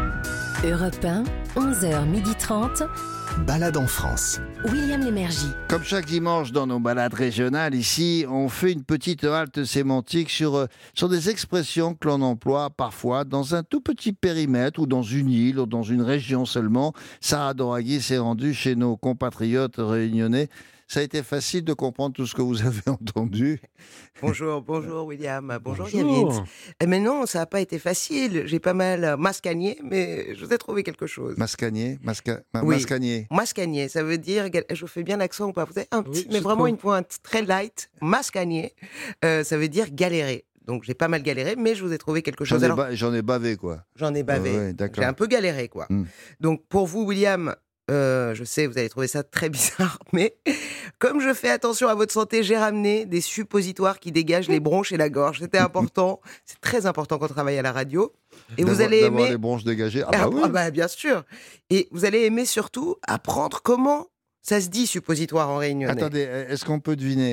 Europe un, onze heures trente. Balade en France. William Lémergie. Comme chaque dimanche dans nos balades régionales, ici, on fait une petite halte sémantique sur, sur des expressions que l'on emploie parfois dans un tout petit périmètre ou dans une île ou dans une région seulement. Sarah Doraghi s'est rendue chez nos compatriotes réunionnais. Ça a été facile de comprendre tout ce que vous avez entendu. Bonjour, bonjour William, bonjour, bonjour. Yavins. Mais non, ça n'a pas été facile. J'ai pas mal mascagné, mais je vous ai trouvé quelque chose. Mascagné, masca... Ma... oui. Mascagné. Mascagné, ça veut dire, je fais bien l'accent ou pas, vous avez un petit, oui, mais vraiment trouve. une pointe très light. Mascagné, euh, ça veut dire galérer. Donc j'ai pas mal galéré, mais je vous ai trouvé quelque chose. J'en ai, Alors, ba... J'en ai bavé, quoi. J'en ai bavé. Oh, ouais, d'accord. J'ai un peu galéré, quoi. Mm. Donc pour vous, William, euh, je sais, vous allez trouver ça très bizarre, mais comme je fais attention à votre santé, j'ai ramené des suppositoires qui dégagent les bronches et la gorge. C'était important, c'est très important quand on travaille à la radio. Et d'avoir, vous allez aimer... d'avoir les bronches dégagées. Ah bah ah, oui. ah bah, bien sûr. Et vous allez aimer surtout apprendre comment ça se dit suppositoire en réunionnais. Attendez, est-ce qu'on peut deviner ?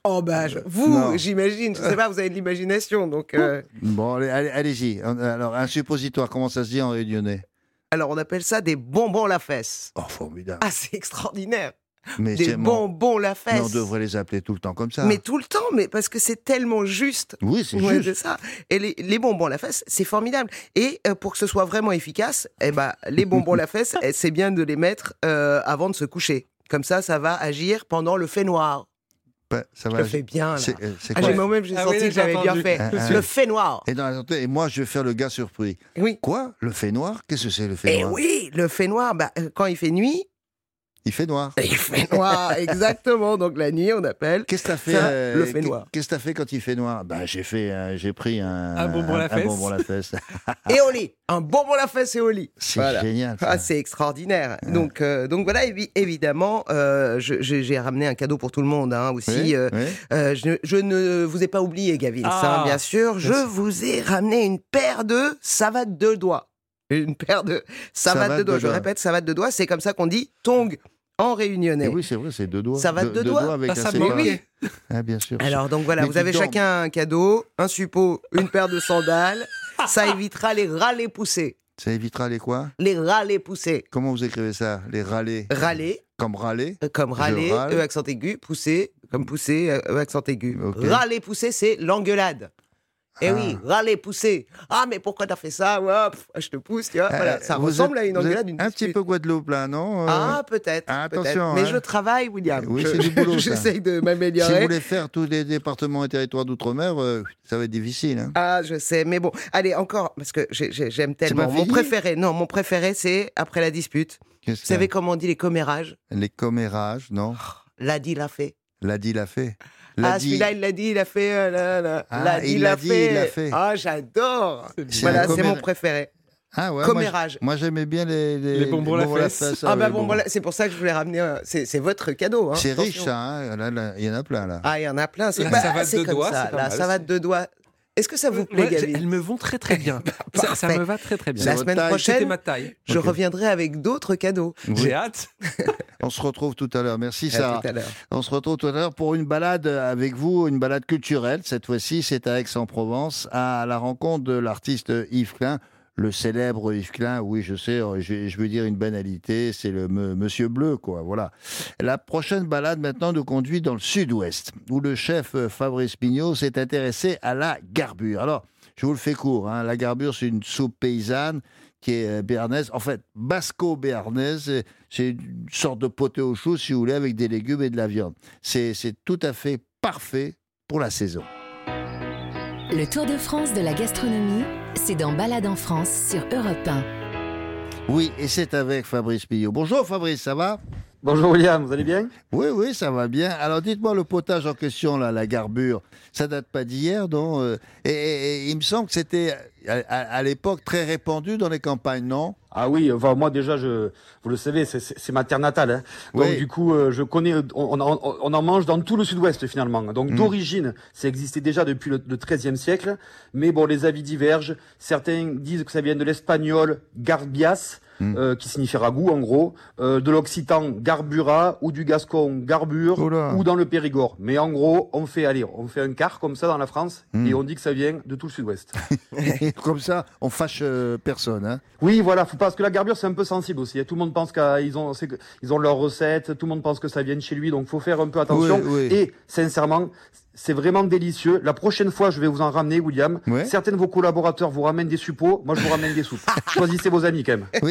Oh bah, je- vous, Non. j'imagine, je sais pas, vous avez de l'imagination, donc... euh, Bon, allez, allez, allez-y. Alors, un suppositoire, comment ça se dit en réunionnais? Alors, on appelle ça des bonbons la fesse. Oh, formidable. Ah, c'est extraordinaire. Mais Des c'est mon- bonbons la Mais on fesse. devrait les appeler tout le temps comme ça. Mais tout le temps, mais parce que c'est tellement juste. Oui, c'est Ouais, juste. c'est ça. Et les, les bonbons la fesse, c'est formidable. Et euh, pour que ce soit vraiment efficace, eh ben, les bonbons la fesse, eh, c'est bien de les mettre euh, avant de se coucher. Comme ça, ça va agir pendant le fait noir. Bah, ça Je va. le fais bien, là. C'est euh, c'est Ah, quoi? j'ai- moi-même, j'ai Ah senti oui, que j'ai j'avais bien entendu. fait. Ah, ah. Le fait noir. Et, dans la santé, et moi, je vais faire le gars surpris. Oui. Quoi? Le fait noir? Qu'est-ce que c'est le fait Et noir? oui, le fait noir, bah, euh, quand il fait nuit, Il fait noir. il fait noir, exactement. Donc la nuit, on appelle Qu'est-ce que t'as fait? ça euh, le fait qu'est- noir. Qu'est-ce que t'as fait quand il fait noir? Bah, j'ai fait, euh, j'ai pris un, Un bonbon à la un fesse. bonbon à la fesse. Et au lit. Un bonbon la fesse et au lit. C'est Voilà. génial. ça. Ah, c'est extraordinaire. Donc, euh, donc voilà, évi- évidemment, euh, je- je- j'ai ramené un cadeau pour tout le monde hein, aussi. Oui, euh, oui. euh, je, je ne vous ai pas oublié, Gavin, Ah, ça, bien sûr. Je merci. vous ai ramené une paire de savates de doigts. Une paire de savates Savates de doigts. de Je doigts. répète, savates de doigts, c'est comme ça qu'on dit tong en réunionnais. Et oui, c'est vrai, c'est deux doigts. Savate Deux- de deux doigts. avec Ah, un ça me séparat. manquait. Ah, bien sûr. Alors, donc voilà, Mais vous dis avez donc. chacun un cadeau, un suppôt, une paire de sandales. Ça évitera les râlés poussés. Ça évitera les quoi? Les râlés poussés. Comment vous écrivez ça? Les râlés. Râlés, Comme râler? euh, comme Je râler, râle. E accent aigu, poussé, comme poussé, euh, E accent aigu. Ok. Râler poussé, c'est l'engueulade. Eh Ah. oui, râler poussé. Ah, mais pourquoi t'as fait ça? Ouais, pff, je te pousse, tu vois. Voilà, ça Euh, vous ressemble êtes- à une vous êtes engueulade, une un petit dispute. peu Guadeloupe, là, non? Euh, Ah, peut-être. Ah, peut-être. attention, Mais hein. je travaille, William. Oui, Je- c'est du boulot, ça. J'essaye de Si m'améliorer. vous voulez faire tous les départements et territoires d'outre-mer, euh, ça va être difficile. Hein. Ah, je sais, mais bon, allez, encore, parce que j'ai- j'ai- j'aime tellement. pas Mon fini préféré, non, mon préféré, c'est après la dispute. Qu'est-ce Vous que savez c'est? comment on dit les commérages? Les commérages, non? L'a dit, l'a fait. L'a dit, l'a fait. L'a Ah, dit- celui-là, il l'a dit, il a fait. euh, là, là. Ah, L'a dit, il l'a l'a dit, fait. il l'a fait. Ah, j'adore. C'est Voilà, un c'est mon commé- préféré. Ah ouais, moi, Commérage. j'- Moi, j'aimais bien les, Les bonbons à la à fesse. Ah, ouais, bah les bon, bonbons. voilà, c'est pour ça que je voulais ramener. un- C'est c'est votre cadeau. Hein, C'est attention. riche, ça. Hein. Là, là, il y en a plein, là. Ah, il y en a plein. C'est La pas- savate c'est de comme doigts, ça. c'est pas La mal savate de doigts. Est-ce que ça vous plaît, Ouais, j'ai- Gabi? elles me vont très très bien. ça, ça Parfait. me va très très bien. La votre semaine taille. C'était prochaine, ma taille. je Ok. reviendrai avec d'autres cadeaux. Oui. J'ai hâte. On se retrouve tout à l'heure. Merci, À Sarah. tout à l'heure. On se retrouve tout à l'heure pour une balade avec vous, une balade culturelle. Cette fois-ci, c'est à Aix-en-Provence, à la rencontre de l'artiste Yves Klein, le célèbre Yves Klein. Oui, je sais, je, je veux dire une banalité, c'est le me- Monsieur Bleu, quoi. Voilà. La prochaine balade maintenant nous conduit dans le sud-ouest, où le chef euh, Fabrice Pignot s'est intéressé à la garbure. Alors, je vous le fais court. Hein. La garbure, c'est une soupe paysanne qui est euh, béarnaise, en fait basco-béarnaise, c'est- c'est une sorte de poté au chou, si vous voulez, avec des légumes et de la viande. C'est c'est tout à fait parfait pour la saison. Le Tour de France de la gastronomie, c'est dans Balade en France sur Europe un. Oui, et c'est avec Fabrice Pillot. Bonjour Fabrice, ça va? Bonjour William, vous allez bien? Oui, oui, ça va bien. Alors dites-moi, le potage en question, là, la garbure, ça date pas d'hier, non? Euh, et, et- et il me semble que c'était à, à- à l'époque très répandu dans les campagnes, non? Ah oui, enfin, moi déjà, je, vous le savez, c'est- c'est c'est ma terre natale. Hein. Donc Oui. du coup, euh, je connais, on, on, en- on en mange dans tout le sud-ouest finalement. Donc Mm. d'origine, ça existait déjà depuis le, le treizième siècle. Mais bon, les avis divergent. Certains disent que ça vient de l'espagnol garbias, Mm. euh, qui signifie ragoût en gros, euh, de l'occitan garbura ou du gascon garbure Oula. ou dans le Périgord. Mais en gros, on fait, allez, on fait un quart comme ça dans la France Mm. et on dit que ça vient de tout le sud-ouest. Et comme ça, on fâche euh, personne. Hein. Oui, voilà, faut pas, parce que la garbure c'est un peu sensible aussi. Tout le monde pense qu'ils ont, c'est que- ils ont leur recette, tout le monde pense que ça vient de chez lui, donc faut faire un peu attention. Oui, oui. Et sincèrement, c'est vraiment délicieux. La prochaine fois, je vais vous en ramener, William. Ouais. Certains de vos collaborateurs vous ramènent des suppôts, moi je vous ramène des soupes. Choisissez vos amis quand même. Oui.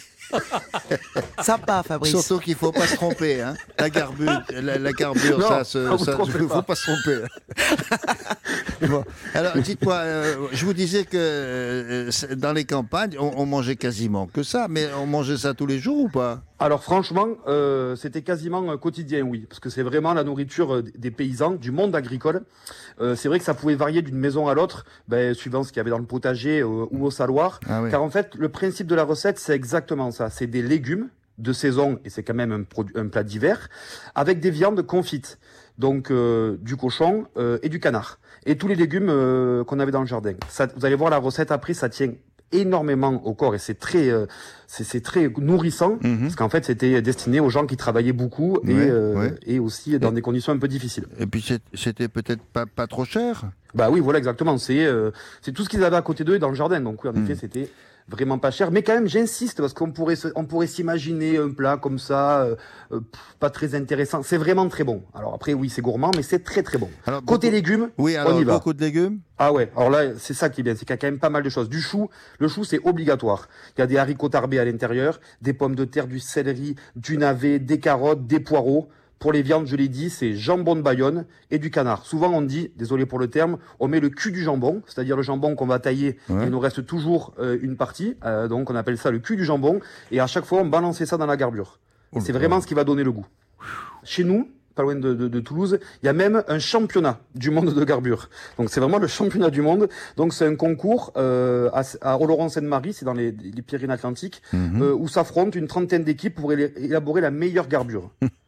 Sympa, Fabrice. Surtout qu'il ne faut pas se tromper. Hein. La garbure, la, la garbure Non, ça, se- non, vous ça, trompez il ne pas. faut pas se tromper. Bon. Alors, dites-moi, euh, je vous disais que euh, c'est- dans les campagnes, on, on mangeait quasiment que ça, mais on mangeait ça tous les jours ou pas? Alors franchement, euh, c'était quasiment euh, quotidien, oui, parce que c'est vraiment la nourriture euh, des paysans, du monde agricole. Euh, c'est vrai que ça pouvait varier d'une maison à l'autre, ben, suivant ce qu'il y avait dans le potager euh, ou au saloir. Ah oui. Car en fait, le principe de la recette, c'est exactement ça. C'est des légumes de saison, et c'est quand même un, produit, un plat d'hiver, avec des viandes confites. Donc euh, du cochon euh, et du canard. Et tous les légumes euh, qu'on avait dans le jardin. Ça, vous allez voir la recette après, ça tient énormément au corps et c'est très, euh, c'est, c'est très nourrissant mmh. parce qu'en fait c'était destiné aux gens qui travaillaient beaucoup et, ouais, euh, ouais. et aussi dans et, des conditions un peu difficiles. Et puis c'était peut-être pas, pas trop cher. Bah oui, voilà exactement. C'est, euh, c'est tout ce qu'ils avaient à côté d'eux et dans le jardin. Donc oui, en mmh. effet, c'était vraiment pas cher, mais quand même j'insiste parce qu'on pourrait se, on pourrait s'imaginer un plat comme ça, euh, euh, pas très intéressant. C'est vraiment très bon. Alors après oui c'est gourmand, mais c'est très très bon. Alors, côté beaucoup... légumes, oui, alors, on y va. Beaucoup de légumes. Ah ouais. Alors là c'est ça qui est bien, c'est qu'il y a quand même pas mal de choses. Du chou, le chou c'est obligatoire. Il y a des haricots tarbés à l'intérieur, des pommes de terre, du céleri, du navet, des carottes, des poireaux. Pour les viandes, je l'ai dit, c'est jambon de Bayonne et du canard. Souvent, on dit, désolé pour le terme, on met le cul du jambon, c'est-à-dire le jambon qu'on va tailler. Ouais. Il nous reste toujours euh, une partie, euh, donc on appelle ça le cul du jambon. Et à chaque fois, on balançait ça dans la garbure. Oh, c'est vraiment ce qui va donner le goût. Chez nous, pas loin de, de, de Toulouse, il y a même un championnat du monde de garbure. Donc c'est vraiment le championnat du monde. Donc c'est un concours euh, à, à Oloron-Sainte-Marie, c'est dans les, les Pyrénées-Atlantiques, mm-hmm. euh, où s'affrontent une trentaine d'équipes pour élaborer la meilleure garbure.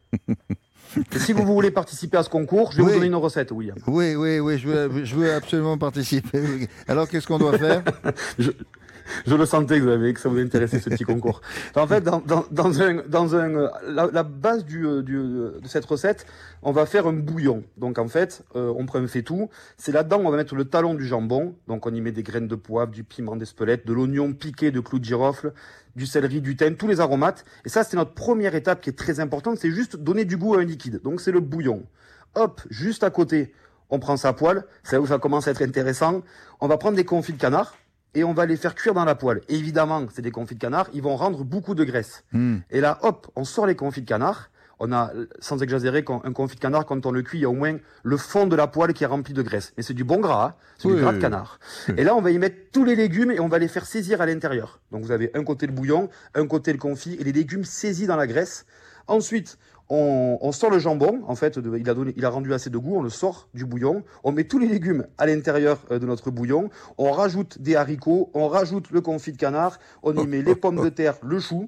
Et si vous voulez participer à ce concours, je vais oui. vous donner une recette, William. Oui, oui, oui, je veux, je veux absolument participer. Alors, qu'est-ce qu'on doit faire? je, je le sentais que, vous avez, que ça vous intéressait, ce petit concours. En fait, dans, dans, dans, un, dans un, la, la base du, du, de cette recette, on va faire un bouillon. Donc, en fait, euh, on prend un faitout. C'est là-dedans, on va mettre le talon du jambon. Donc, on y met des graines de poivre, du piment d'Espelette, de l'oignon piqué, de clous de girofle, du céleri, du thym, tous les aromates. Et ça, c'est notre première étape qui est très importante. C'est juste donner du goût à un liquide. Donc, c'est le bouillon. Hop, juste à côté, on prend sa poêle. C'est là où ça commence à être intéressant. On va prendre des confits de canard et on va les faire cuire dans la poêle. Et évidemment, c'est des confits de canard. Ils vont rendre beaucoup de graisse. Mm. Et là, hop, on sort les confits de canard. On a, sans exagérer, un confit de canard, quand on le cuit, il y a au moins le fond de la poêle qui est rempli de graisse. Mais c'est du bon gras, hein, c'est oui, du gras de canard. Oui. Et là, on va y mettre tous les légumes et on va les faire saisir à l'intérieur. Donc vous avez un côté le bouillon, un côté le confit et les légumes saisis dans la graisse. Ensuite, on, on sort le jambon. En fait, de, il, a donné, il a rendu assez de goût. On le sort du bouillon. On met tous les légumes à l'intérieur de notre bouillon. On rajoute des haricots. On rajoute le confit de canard. On y met les pommes de terre, le chou.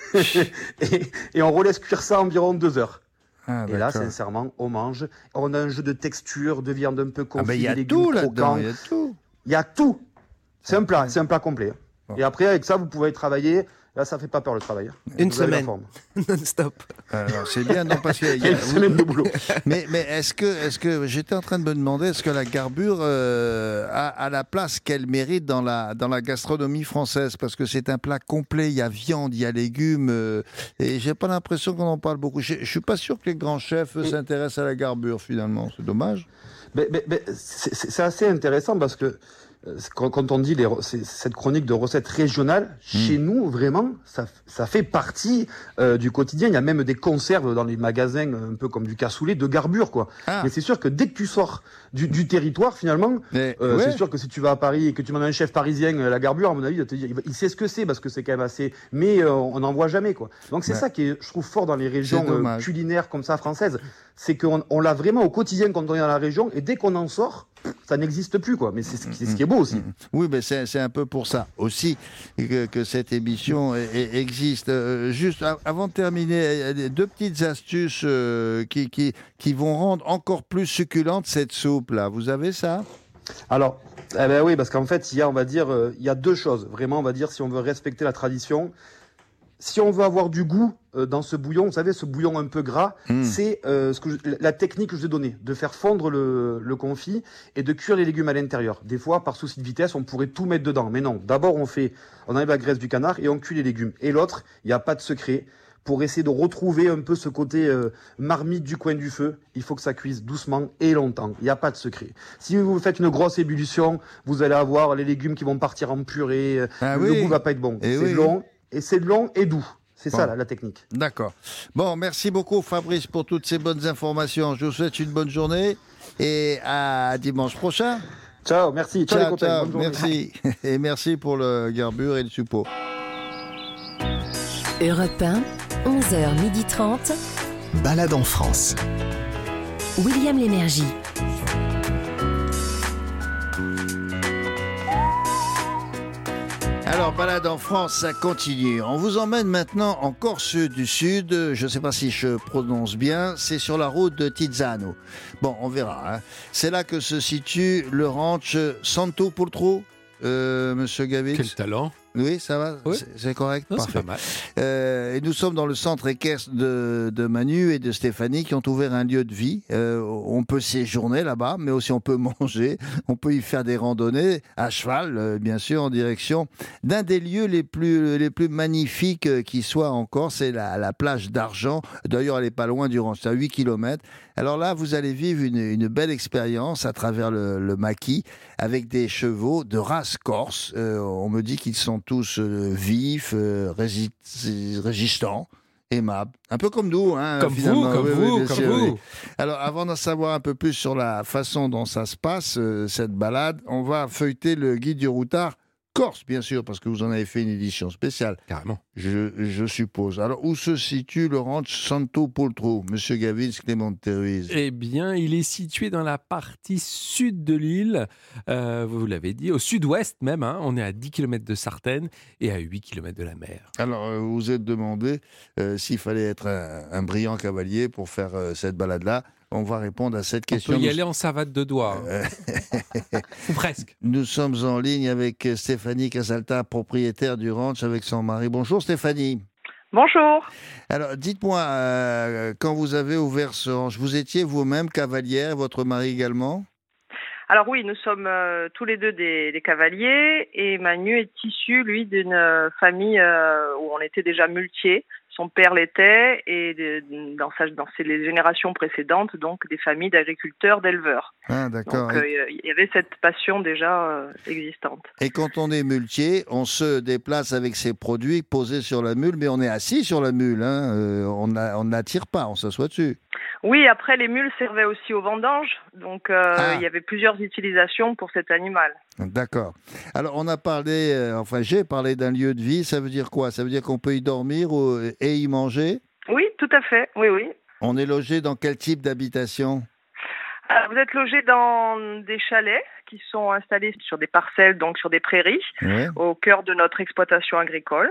et, et on relaisse cuire ça environ deux heures. Ah, et là, sincèrement, on mange. On a un jeu de texture, de viande un peu confite, ah ben y a légumes tout là-dedans. Il y a tout. Il y a tout. C'est un plat, c'est un plat complet. Bon. Et après, avec ça, vous pouvez travailler. Là, ça fait pas peur le travail. Une vous semaine non-stop. Alors, c'est bien, non, parce qu'il y a une semaine de boulot. Mais, mais est-ce que, est-ce que j'étais en train de me demander, est-ce que la garbure euh, a, a la place qu'elle mérite dans la dans la gastronomie française, parce que c'est un plat complet. Il y a viande, il y a légumes, euh, et j'ai pas l'impression qu'on en parle beaucoup. Je, je suis pas sûr que les grands chefs s'intéressent à la garbure finalement. C'est dommage. Mais, mais, mais c'est, c'est assez intéressant parce que. Quand on dit les, cette chronique de recettes régionales, mmh. chez nous, vraiment, ça, ça fait partie euh, du quotidien. Il y a même des conserves dans les magasins, un peu comme du cassoulet, de garbure, quoi. Ah. Mais c'est sûr que dès que tu sors du, du territoire, finalement, Mais, euh, ouais. c'est sûr que si tu vas à Paris et que tu demandes à un chef parisien la garbure, à mon avis, il va te dire, il sait ce que c'est, parce que c'est quand même assez... Mais euh, on n'en voit jamais, quoi. Donc c'est ouais. ça qui est, je trouve, fort dans les régions euh, culinaires comme ça, françaises. C'est qu'on on l'a vraiment au quotidien quand on est dans la région, et dès qu'on en sort, ça n'existe plus, quoi. Mais c'est ce, c'est ce qui est beau aussi. Oui, mais c'est, c'est un peu pour ça aussi que, que cette émission est, est, existe. Euh, juste avant de terminer, deux petites astuces euh, qui, qui, qui vont rendre encore plus succulente cette soupe-là. Vous avez ça? Alors, eh ben oui, parce qu'en fait, il y a, on va dire, euh, il y a deux choses. Vraiment, on va dire, si on veut respecter la tradition, si on veut avoir du goût euh, dans ce bouillon, vous savez, ce bouillon un peu gras, mmh. c'est euh, ce que je, la technique que je vous ai donnée, de faire fondre le, le confit et de cuire les légumes à l'intérieur. Des fois, par souci de vitesse, on pourrait tout mettre dedans. Mais non, d'abord, on fait, on enlève la graisse du canard et on cuit les légumes. Et l'autre, il n'y a pas de secret. Pour essayer de retrouver un peu ce côté euh, marmite du coin du feu, il faut que ça cuise doucement et longtemps. Il n'y a pas de secret. Si vous faites une grosse ébullition, vous allez avoir les légumes qui vont partir en purée. Ah le oui. goût va pas être bon. Et c'est oui. long. Et c'est long et doux. C'est bon. ça, la, la technique. D'accord. Bon, merci beaucoup, Fabrice, pour toutes ces bonnes informations. Je vous souhaite une bonne journée et à dimanche prochain. Ciao, merci. Ciao, ciao, les ciao. Bonne merci. Et merci pour le garbure et le suppôt. Europe un, onze heures trente. Balade en France. William Lémergie. Alors, balade en France, ça continue. On vous emmène maintenant en Corse du Sud. Je ne sais pas si je prononce bien. C'est sur la route de Tizzano. Bon, on verra. Hein. C'est là que se situe le ranch Santo Pultro. euh, Monsieur Gavitz. Quel talent. Oui, ça va, oui. c'est, c'est correct. Non, Parfait. c'est pas mal. Euh, et nous sommes dans le centre équestre de, de Manu et de Stéphanie qui ont ouvert un lieu de vie. Euh, on peut séjourner là-bas, mais aussi on peut manger, on peut y faire des randonnées à cheval, euh, bien sûr, en direction d'un des lieux les plus, les plus magnifiques euh, qui soit encore, c'est la, la plage d'Argent. D'ailleurs, elle n'est pas loin du ranch, c'est à huit kilomètres. Alors là, vous allez vivre une, une belle expérience à travers le, le maquis avec des chevaux de race corse. Euh, on me dit qu'ils sont tous euh, vifs, euh, rési- résistants, aimables. Un peu comme nous, hein, Comme finalement. vous, comme Oui, oui, vous, bien comme sûr, vous. oui. Alors, avant d'en savoir un peu plus sur la façon dont ça se passe, euh, cette balade, on va feuilleter le guide du routard corse, bien sûr, parce que vous en avez fait une édition spéciale. Carrément. Je, je suppose. Alors, où se situe le ranch Santo Poltro, Monsieur Gavitz, Clément de Terruise? Eh bien, il est situé dans la partie sud de l'île, euh, vous l'avez dit, au sud-ouest même. Hein, on est à dix kilomètres de Sartène et à huit kilomètres de la mer. Alors, euh, vous vous êtes demandé euh, s'il fallait être un, un brillant cavalier pour faire euh, cette balade-là. On va répondre à cette question. On peut y Nous... aller en savate de doigts. Hein. Ou presque. Nous sommes en ligne avec Stéphanie Casalta, propriétaire du ranch, avec son mari. Bonjour Stéphanie. Bonjour. Alors, dites-moi, euh, quand vous avez ouvert ce ranch, vous étiez vous-même cavalière, votre mari également? Alors oui, nous sommes euh, tous les deux des, des cavaliers et Manu est issu, lui, d'une euh, famille euh, où on était déjà muletiers. Son père l'était et de, dans, sa, dans ses, les générations précédentes, donc des familles d'agriculteurs, d'éleveurs. Ah, d'accord. Donc euh, il y avait cette passion déjà euh, existante. Et quand on est muletier, on se déplace avec ses produits posés sur la mule, mais on est assis sur la mule. Hein. Euh, on on ne la tire pas, on s'assoit dessus. Oui, après les mules servaient aussi aux vendanges, donc euh, ah. il y avait plusieurs utilisations pour cet animal. D'accord. Alors on a parlé, euh, enfin j'ai parlé d'un lieu de vie, ça veut dire quoi? Ça veut dire qu'on peut y dormir ou, et y manger? Oui, tout à fait, oui, oui. On est logé dans quel type d'habitation? Alors, vous êtes logé dans des chalets qui sont installés sur des parcelles, donc sur des prairies, oui. au cœur de notre exploitation agricole.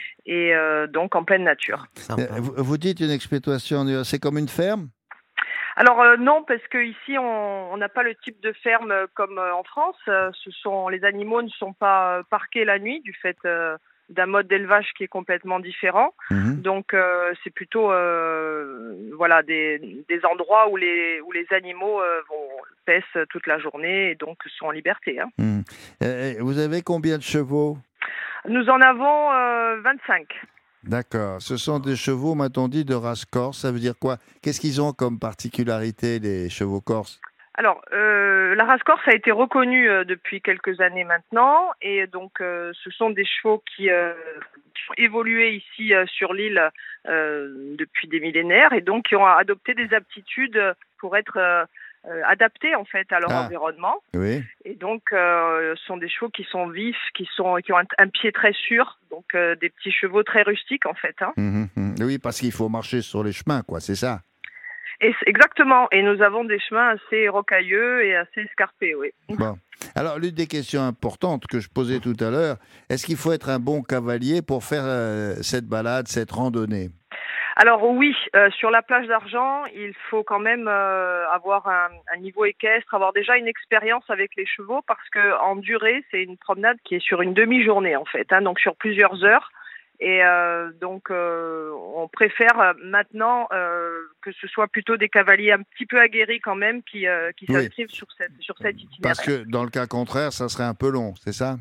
Et euh, donc en pleine nature. Vous, vous dites une exploitation, c'est comme une ferme? Alors euh, non, parce que ici on n'a pas le type de ferme comme euh, en France. Euh, ce sont les animaux ne sont pas euh, parqués la nuit du fait euh, d'un mode d'élevage qui est complètement différent. Mmh. Donc euh, c'est plutôt euh, voilà des, des endroits où les où les animaux euh, vont paissent toute la journée et donc sont en liberté. Hein. Mmh. Euh, vous avez combien de chevaux? Nous en avons euh, vingt-cinq. D'accord. Ce sont des chevaux, m'a-t-on dit, de race corse. Ça veut dire quoi? Qu'est-ce qu'ils ont comme particularité, les chevaux corses? Alors, euh, la race corse a été reconnue euh, depuis quelques années maintenant. Et donc, euh, ce sont des chevaux qui, euh, qui ont évolué ici euh, sur l'île euh, depuis des millénaires et donc qui ont adopté des aptitudes pour être... Euh, Euh, adaptés en fait à leur ah, environnement. Oui. Et donc euh, ce sont des chevaux qui sont vifs, qui sont qui ont un, un pied très sûr, donc euh, des petits chevaux très rustiques en fait. Hein. Mmh, mmh. Oui, parce qu'il faut marcher sur les chemins, quoi, c'est ça. Et exactement. Et nous avons des chemins assez rocailleux et assez escarpés, oui. Bon. Alors l'une des questions importantes que je posais tout à l'heure, est-ce qu'il faut être un bon cavalier pour faire euh, cette balade, cette randonnée? Alors oui, euh, sur la plage d'Argent, il faut quand même euh, avoir un, un niveau équestre, avoir déjà une expérience avec les chevaux parce que en durée, c'est une promenade qui est sur une demi-journée en fait, hein, donc sur plusieurs heures. Et euh, donc euh, on préfère maintenant euh, que ce soit plutôt des cavaliers un petit peu aguerris quand même qui, euh, qui s'inscrivent oui. sur cette sur cet itinéraire. Parce que dans le cas contraire, ça serait un peu long, c'est ça?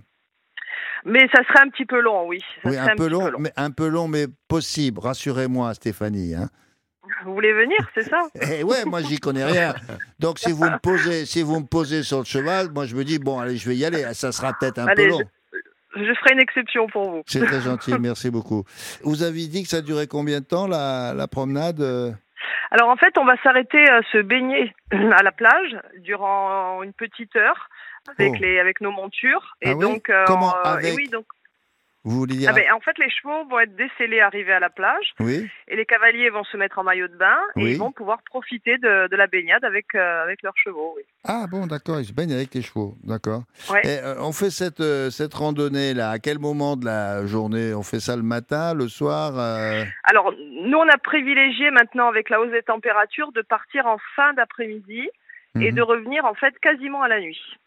Mais ça serait un petit peu long, oui. Ça oui, un, un peu long, peu long, mais un peu long, mais possible. Rassurez-moi, Stéphanie. Hein. Vous voulez venir, c'est ça? Eh ouais, moi j'y connais rien. Donc si vous me posez, si vous me posez sur le cheval, moi je me dis bon, allez, je vais y aller. Ça sera peut-être un allez, peu long. Je, je ferai une exception pour vous. C'est très gentil, merci beaucoup. Vous avez dit que ça durait combien de temps la, la promenade? Alors en fait, on va s'arrêter euh, se baigner à la plage durant une petite heure. Avec, oh. les, avec nos montures. Et ah donc, oui Comment euh, avec... et oui, donc, Vous voulez dire... ah ben, en fait, les chevaux vont être décellés arrivés à la plage. Oui. Et les cavaliers vont se mettre en maillot de bain. Et oui. ils vont pouvoir profiter de, de la baignade avec, euh, avec leurs chevaux. Oui. Ah bon, d'accord, ils se baignent avec les chevaux. D'accord. Ouais. Et, euh, on fait cette, euh, cette randonnée-là. À quel moment de la journée? On fait ça le matin, le soir euh... Alors, nous, on a privilégié maintenant, avec la hausse des températures, de partir en fin d'après-midi mmh. et de revenir en fait quasiment à la nuit.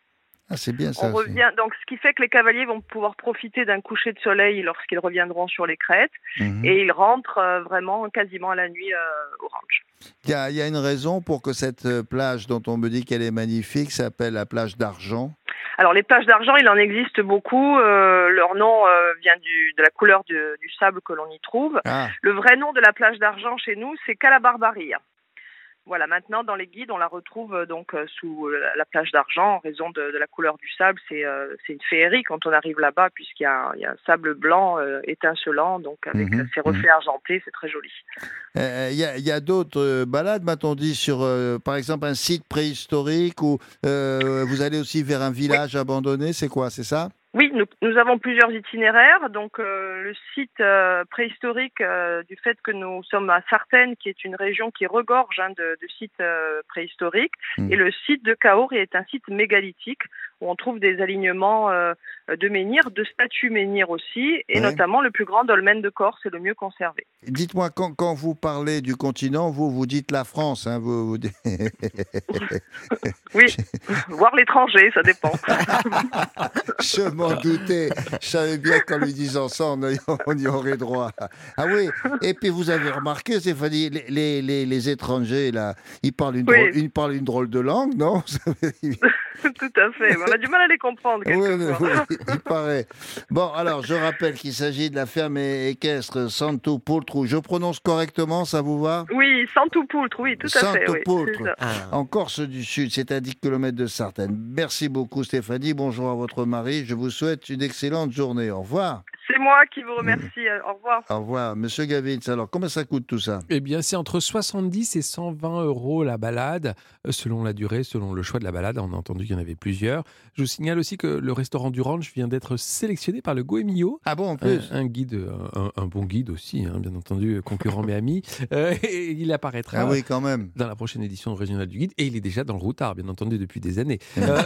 Ah, c'est bien ça. On revient, donc, ce qui fait que les cavaliers vont pouvoir profiter d'un coucher de soleil lorsqu'ils reviendront sur les crêtes, mmh. et ils rentrent euh, vraiment quasiment à la nuit euh, au ranch. Il y, a, il y a une raison pour que cette plage, dont on me dit qu'elle est magnifique, s'appelle la plage d'argent. Alors les plages d'argent, il en existe beaucoup. Euh, leur nom euh, vient du, de la couleur du, du sable que l'on y trouve. Ah. Le vrai nom de la plage d'argent chez nous, c'est Calabarbaria. Voilà, maintenant dans les guides, on la retrouve euh, donc euh, sous euh, la plage d'argent en raison de, de la couleur du sable. C'est euh, c'est une féerie quand on arrive là-bas, puisqu'il y a, il y a un sable blanc euh, étincelant, donc avec mmh, ses reflets mmh. argentés, c'est très joli. Il euh, y a, y a d'autres euh, balades, m'a-t-on dit, sur euh, par exemple un site préhistorique où euh, vous allez aussi vers un village oui. abandonné, c'est quoi, c'est ça ? Oui, nous, nous avons plusieurs itinéraires. Donc euh, le site euh, préhistorique, euh, du fait que nous sommes à Sartène, qui est une région qui regorge hein, de, de sites euh, préhistoriques, mmh. et le site de Cahors est un site mégalithique où on trouve des alignements euh, de menhirs, de statues menhirs aussi, et ouais. notamment le plus grand dolmen de Corse est le mieux conservé. Dites-moi, quand, quand vous parlez du continent, vous vous dites la France, hein, vous, vous... Oui, voire l'étranger, ça dépend. Je m'en doutais, je savais bien qu'en lui disant ça, on, on y aurait droit. Ah oui, et puis vous avez remarqué, Stéphanie, les, les, les, les étrangers, là, ils parlent une, oui. drôle, ils parlent une drôle de langue, non? Tout à fait, on a du mal à les comprendre quelquefois. Oui, oui, il paraît. Bon, alors, je rappelle qu'il s'agit de la ferme équestre Santupultru. Je prononce correctement, ça vous va? Oui, Santupultru, oui, tout à fait. Santupultru, oui, ah. en Corse du Sud, c'est à dix kilomètres de Sartène. Merci beaucoup, Stéphanie. Bonjour à votre mari. Je vous souhaite une excellente journée. Au revoir. C'est moi qui vous remercie. Au revoir. Au revoir. Monsieur Gavitz, alors, comment ça coûte tout ça? Eh bien, c'est entre soixante-dix et cent vingt euros la balade, selon la durée, selon le choix de la balade. On a entendu qu'il y en avait plusieurs. Je vous signale aussi que le restaurant du ranch vient d'être sélectionné par le Goemio. Ah bon, en plus un, un guide, un, un bon guide aussi, hein, bien entendu, concurrent mais ami. Euh, et il apparaîtra ah oui, quand même. dans la prochaine édition régionale du guide. Et il est déjà dans le routard, bien entendu, depuis des années. euh,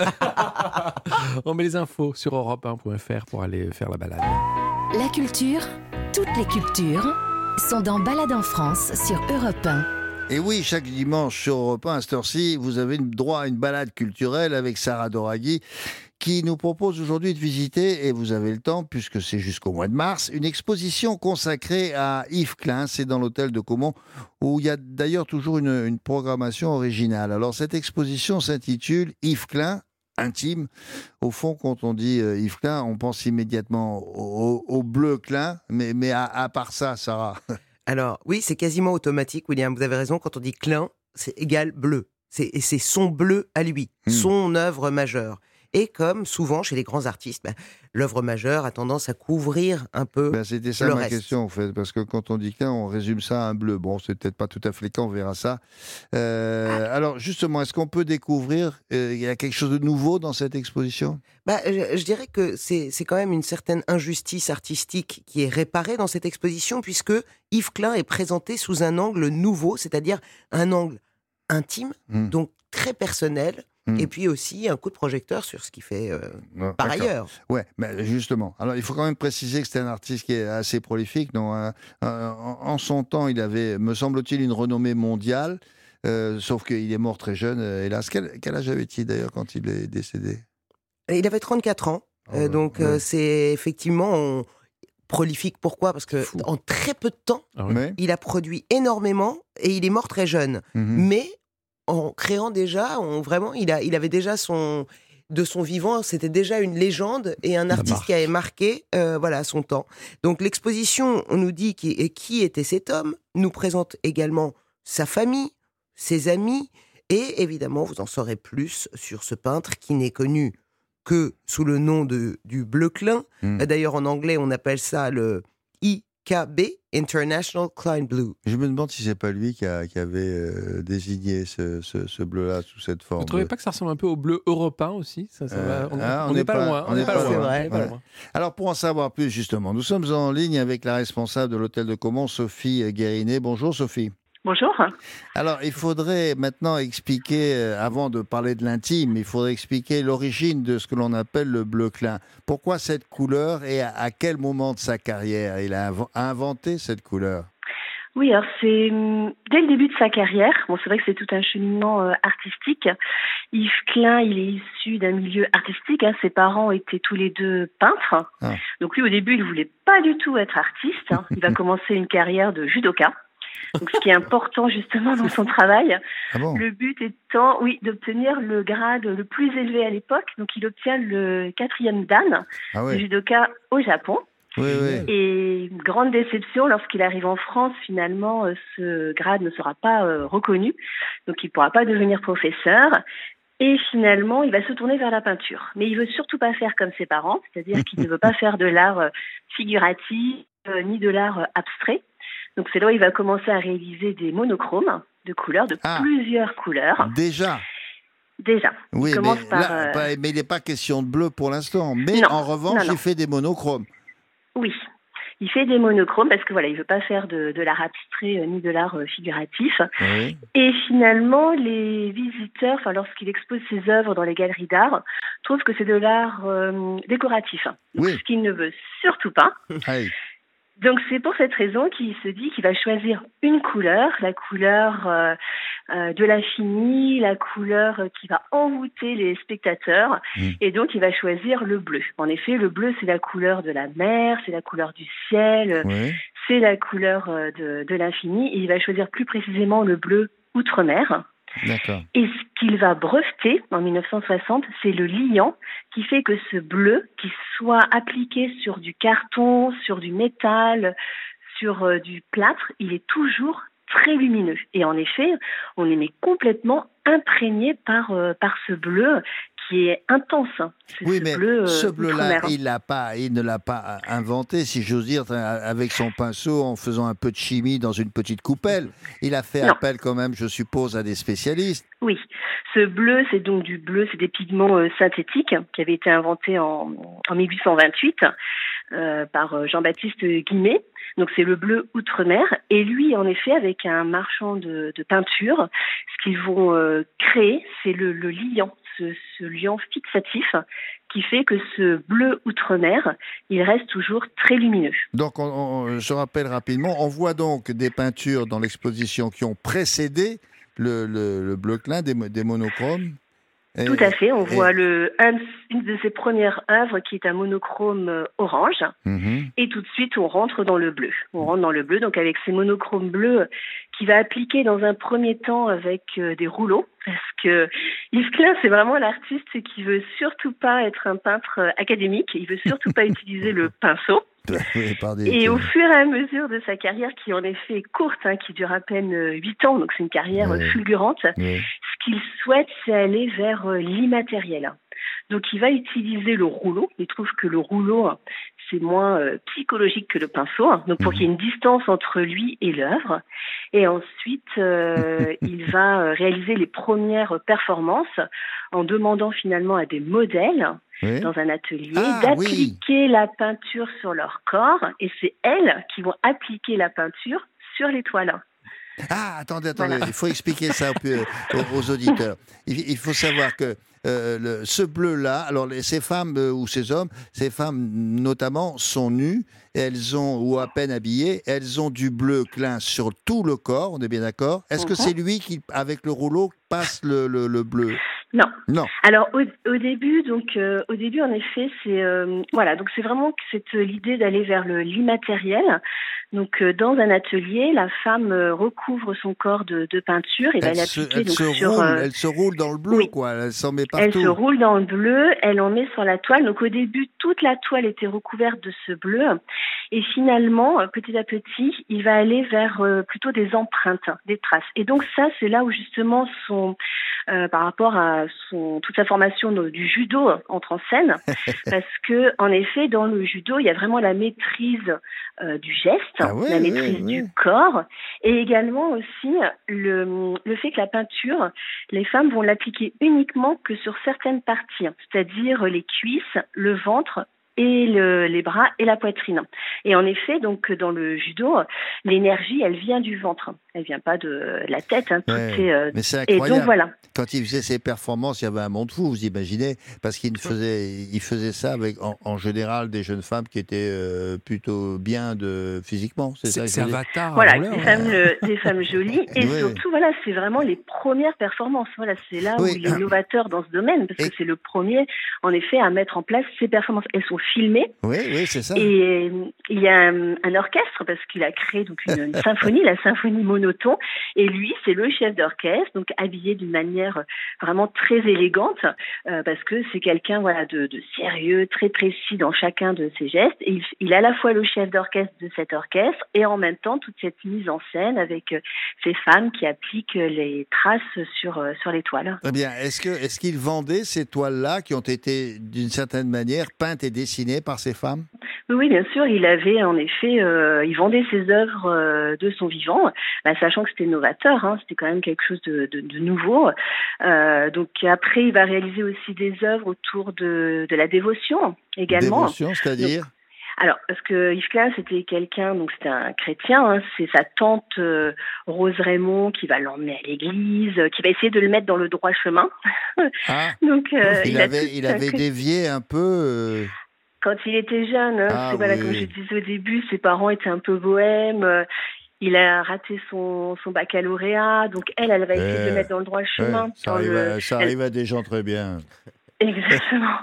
on met les infos sur europe un point f r pour aller faire la balade. La culture, toutes les cultures, sont dans Balade en France sur Europe un. Et oui, chaque dimanche sur Europe un, à cette heure-ci, vous avez droit à une balade culturelle avec Sarah Doraghi, qui nous propose aujourd'hui de visiter, et vous avez le temps, puisque c'est jusqu'au mois de mars, une exposition consacrée à Yves Klein. C'est dans l'hôtel de Caumont, où il y a d'ailleurs toujours une, une programmation originale. Alors, cette exposition s'intitule Yves Klein, intime. Au fond, quand on dit euh, Yves Klein, on pense immédiatement au, au, au bleu Klein, mais, mais à, à part ça, Sarah. Alors, oui, c'est quasiment automatique, William. Vous avez raison, quand on dit Klein, c'est égal bleu. C'est, et c'est son bleu à lui, mmh. son œuvre majeure. Et comme souvent chez les grands artistes, ben, l'œuvre majeure a tendance à couvrir un peu ben, c'était ça le ma reste. question, en fait, parce que quand on dit Klein, on résume ça à un bleu. Bon, c'est peut-être pas tout à fait le cas, on verra ça. Euh, ah. Alors, justement, est-ce qu'on peut découvrir, euh, il y a quelque chose de nouveau dans cette exposition? Bah, je, je dirais que c'est, c'est quand même une certaine injustice artistique qui est réparée dans cette exposition, puisque Yves Klein est présenté sous un angle nouveau, c'est-à-dire un angle intime, mmh. donc très personnel, Mmh. et puis aussi un coup de projecteur sur ce qu'il fait euh, non, par d'accord. ailleurs. Ouais, mais justement. Alors, il faut quand même préciser que c'est un artiste qui est assez prolifique. Non, hein, en, en son temps, il avait, me semble-t-il, une renommée mondiale, euh, sauf qu'il est mort très jeune, euh, hélas. Quel, quel âge avait-il d'ailleurs quand il est décédé? Il avait trente-quatre ans, oh, euh, donc ouais. euh, c'est effectivement on... prolifique. Pourquoi? Parce que en très peu de temps, ah ouais. il a produit énormément et il est mort très jeune. Mmh. Mais en créant déjà, on, vraiment, il, a, il avait déjà son, de son vivant, c'était déjà une légende et un artiste qui avait marqué euh, voilà, son temps. Donc l'exposition, on nous dit qui, qui était cet homme, nous présente également sa famille, ses amis, et évidemment, vous en saurez plus sur ce peintre qui n'est connu que sous le nom de, du Bleu Klein. Mmh. D'ailleurs, en anglais, on appelle ça le I K B, International Klein Blue. Je me demande si c'est pas lui qui, a, qui avait euh, désigné ce, ce, ce bleu-là sous cette forme. Vous ne trouvez pas que ça ressemble un peu au bleu européen aussi? ça, ça euh, va, On n'est pas, pas loin. On n'est pas, pas loin. C'est vrai. Voilà. loin. Alors, pour en savoir plus, justement, nous sommes en ligne avec la responsable de l'hôtel de Caumont, Sophie Guérinet. Bonjour, Sophie. Bonjour. Alors, il faudrait maintenant expliquer, euh, avant de parler de l'intime, il faudrait expliquer l'origine de ce que l'on appelle le bleu Klein. Pourquoi cette couleur et à, à quel moment de sa carrière il a inv- inventé cette couleur? Oui, alors c'est dès le début de sa carrière. Bon, c'est vrai que c'est tout un cheminement euh, artistique. Yves Klein, il est issu d'un milieu artistique. Hein. Ses parents étaient tous les deux peintres. Ah. Donc lui, au début, il voulait pas du tout être artiste. Hein. Il va commencer une carrière de judoka. Donc, ce qui est important justement dans son travail, ah bon le but étant, oui, d'obtenir le grade le plus élevé à l'époque. Donc, il obtient le quatrième dan ah ouais. de judoka au Japon. Oui, oui. Et grande déception, lorsqu'il arrive en France, finalement, ce grade ne sera pas euh, reconnu. Donc, il ne pourra pas devenir professeur. Et finalement, il va se tourner vers la peinture. Mais il ne veut surtout pas faire comme ses parents, c'est-à-dire qu'il ne veut pas faire de l'art euh, figuratif euh, ni de l'art euh, abstrait. Donc, c'est là où il va commencer à réaliser des monochromes de couleurs, de ah, plusieurs couleurs. Déjà Déjà. Oui, il mais, par, là, euh... pas, mais il n'est pas question de bleu pour l'instant. Mais non, en revanche, non, non. il fait des monochromes. Oui, il fait des monochromes parce que voilà, il veut pas faire de, de l'art abstrait euh, ni de l'art euh, figuratif. Oui. Et finalement, les visiteurs, enfin lorsqu'il expose ses œuvres dans les galeries d'art, trouvent que c'est de l'art euh, décoratif. Donc, oui. Ce qu'il ne veut surtout pas. Hey. Donc c'est pour cette raison qu'il se dit qu'il va choisir une couleur, la couleur euh, euh, de l'infini, la couleur qui va envoûter les spectateurs, mmh. et donc il va choisir le bleu. En effet, le bleu c'est la couleur de la mer, c'est la couleur du ciel, oui. c'est la couleur de, de l'infini, et il va choisir plus précisément le bleu outre-mer. D'accord. Et ce qu'il va breveter en mille neuf cent soixante, c'est le liant qui fait que ce bleu, qui soit appliqué sur du carton, sur du métal, sur euh, du plâtre, il est toujours très lumineux. Et en effet, on est complètement imprégné par, euh, par ce bleu qui est intense. C'est oui, ce mais bleu, euh, ce bleu-là, il, l'a pas, il ne l'a pas inventé, si j'ose dire, avec son pinceau, en faisant un peu de chimie dans une petite coupelle. Il a fait non. appel quand même, je suppose, à des spécialistes. Oui, ce bleu, c'est donc du bleu, c'est des pigments euh, synthétiques qui avaient été inventés en, en mille huit cent vingt-huit euh, par Jean-Baptiste Guimet. Donc c'est le bleu outre-mer. Et lui, en effet, avec un marchand de, de peinture, ce qu'ils vont euh, créer, c'est le, le liant, ce, ce liant fixatif qui fait que ce bleu outre-mer, il reste toujours très lumineux. Donc, on, on, je rappelle rapidement, on voit donc des peintures dans l'exposition qui ont précédé le, le, le bleu Klein, des, des monochromes. Et, tout à fait, on et... voit le, un, une de ses premières œuvres qui est un monochrome euh, orange, mm-hmm. et tout de suite on rentre dans le bleu. On rentre dans le bleu, donc avec ces monochromes bleus qu'il va appliquer dans un premier temps avec euh, des rouleaux, parce que Yves Klein, c'est vraiment l'artiste qui veut surtout pas être un peintre euh, académique, il veut surtout pas utiliser le pinceau. Oui, et au fur et à mesure de sa carrière, qui en effet est courte, hein, qui dure à peine huit ans, donc c'est une carrière oui. fulgurante, oui. ce qu'il souhaite, c'est aller vers euh, l'immatériel. Donc il va utiliser le rouleau, il trouve que le rouleau, c'est moins euh, psychologique que le pinceau, hein, donc pour mmh. qu'il y ait une distance entre lui et l'œuvre. Et ensuite, euh, il va réaliser les premières performances en demandant finalement à des modèles oui. dans un atelier ah, d'appliquer oui. la peinture sur leur corps, et c'est elles qui vont appliquer la peinture sur les toiles. Ah, attendez, attendez, Voilà. il faut expliquer ça aux, aux auditeurs. Il, il faut savoir que euh, le, ce bleu-là, alors les, ces femmes euh, ou ces hommes, ces femmes notamment sont nues, elles ont, ou à peine habillées, elles ont du bleu Klein sur tout le corps, on est bien d'accord. Est-ce mm-hmm. que c'est lui qui, avec le rouleau, passe le, le, le bleu ? Non. Non. Alors au, au début, donc euh, au début en effet, c'est euh, voilà, donc c'est vraiment cette l'idée d'aller vers le l'immatériel. Donc euh, dans un atelier, la femme euh, recouvre son corps de, de peinture et elle va se, l'appliquer elle donc se sur. Roule, Euh, elle se roule dans le bleu, oui. quoi. Elle s'en met partout. Elle se roule dans le bleu, elle en met sur la toile. Donc au début, toute la toile était recouverte de ce bleu. Et finalement, petit à petit, il va aller vers euh, plutôt des empreintes, des traces. Et donc ça, c'est là où justement son, euh, par rapport à son, toute sa formation de, du judo entre en scène, parce que en effet, dans le judo, il y a vraiment la maîtrise euh, du geste, ah ouais, la maîtrise ouais, ouais. du corps, et également aussi le, le fait que la peinture, les femmes vont l'appliquer uniquement que sur certaines parties, c'est-à-dire les cuisses, le ventre et le, les bras et la poitrine. Et en effet, donc dans le judo, l'énergie, elle vient du ventre. Elle vient pas de la tête. Hein, tout ouais, est, euh... mais c'est incroyable. Et donc voilà. Quand il faisait ses performances, il y avait un monde fou, vous imaginez, parce qu'il faisait, il faisait ça avec, en, en général, des jeunes femmes qui étaient euh, plutôt bien de physiquement. C'est, c'est, ça que c'est Avatar. Voilà, des femmes, le, des femmes jolies. Et oui. surtout, voilà, c'est vraiment les premières performances. Voilà, c'est là oui. où il est novateur dans ce domaine, parce et... que c'est le premier, en effet, à mettre en place ces performances. Elles sont filmées. Oui, oui, c'est ça. Et il y a un, un orchestre, parce qu'il a créé donc une, une symphonie, la symphonie monotone. Et lui, c'est le chef d'orchestre, donc habillé d'une manière vraiment très élégante, euh, parce que c'est quelqu'un voilà de, de sérieux, très précis dans chacun de ses gestes. Et il, il est à la fois le chef d'orchestre de cet orchestre et en même temps toute cette mise en scène avec euh, ces femmes qui appliquent les traces sur euh, sur les toiles. Eh bien, est-ce que est-ce qu'il vendait ces toiles-là qui ont été d'une certaine manière peintes et dessinées par ces femmes? Oui, bien sûr, il avait en effet, euh, il vendait ses œuvres euh, de son vivant, bah, sachant que c'était novateur, hein, c'était quand même quelque chose de, de, de nouveau. Euh, donc après, il va réaliser aussi des œuvres autour de, de la dévotion également. Dévotion, c'est-à-dire donc, alors, parce que Yves Klein, c'était quelqu'un, donc c'était un chrétien, hein, c'est sa tante euh, Rose Raymond qui va l'emmener à l'église, euh, qui va essayer de le mettre dans le droit chemin. Ah, donc, euh, il, il avait, il avait dévié un peu... Euh... Quand il était jeune, hein, ah, c'est, voilà, oui, comme oui. je disais au début, ses parents étaient un peu bohèmes. Euh, il a raté son, son baccalauréat, donc elle, elle va essayer euh, de le mettre dans le droit chemin. Ouais, ça arrive, le... à, ça elle... arrive à des gens très bien. Exactement.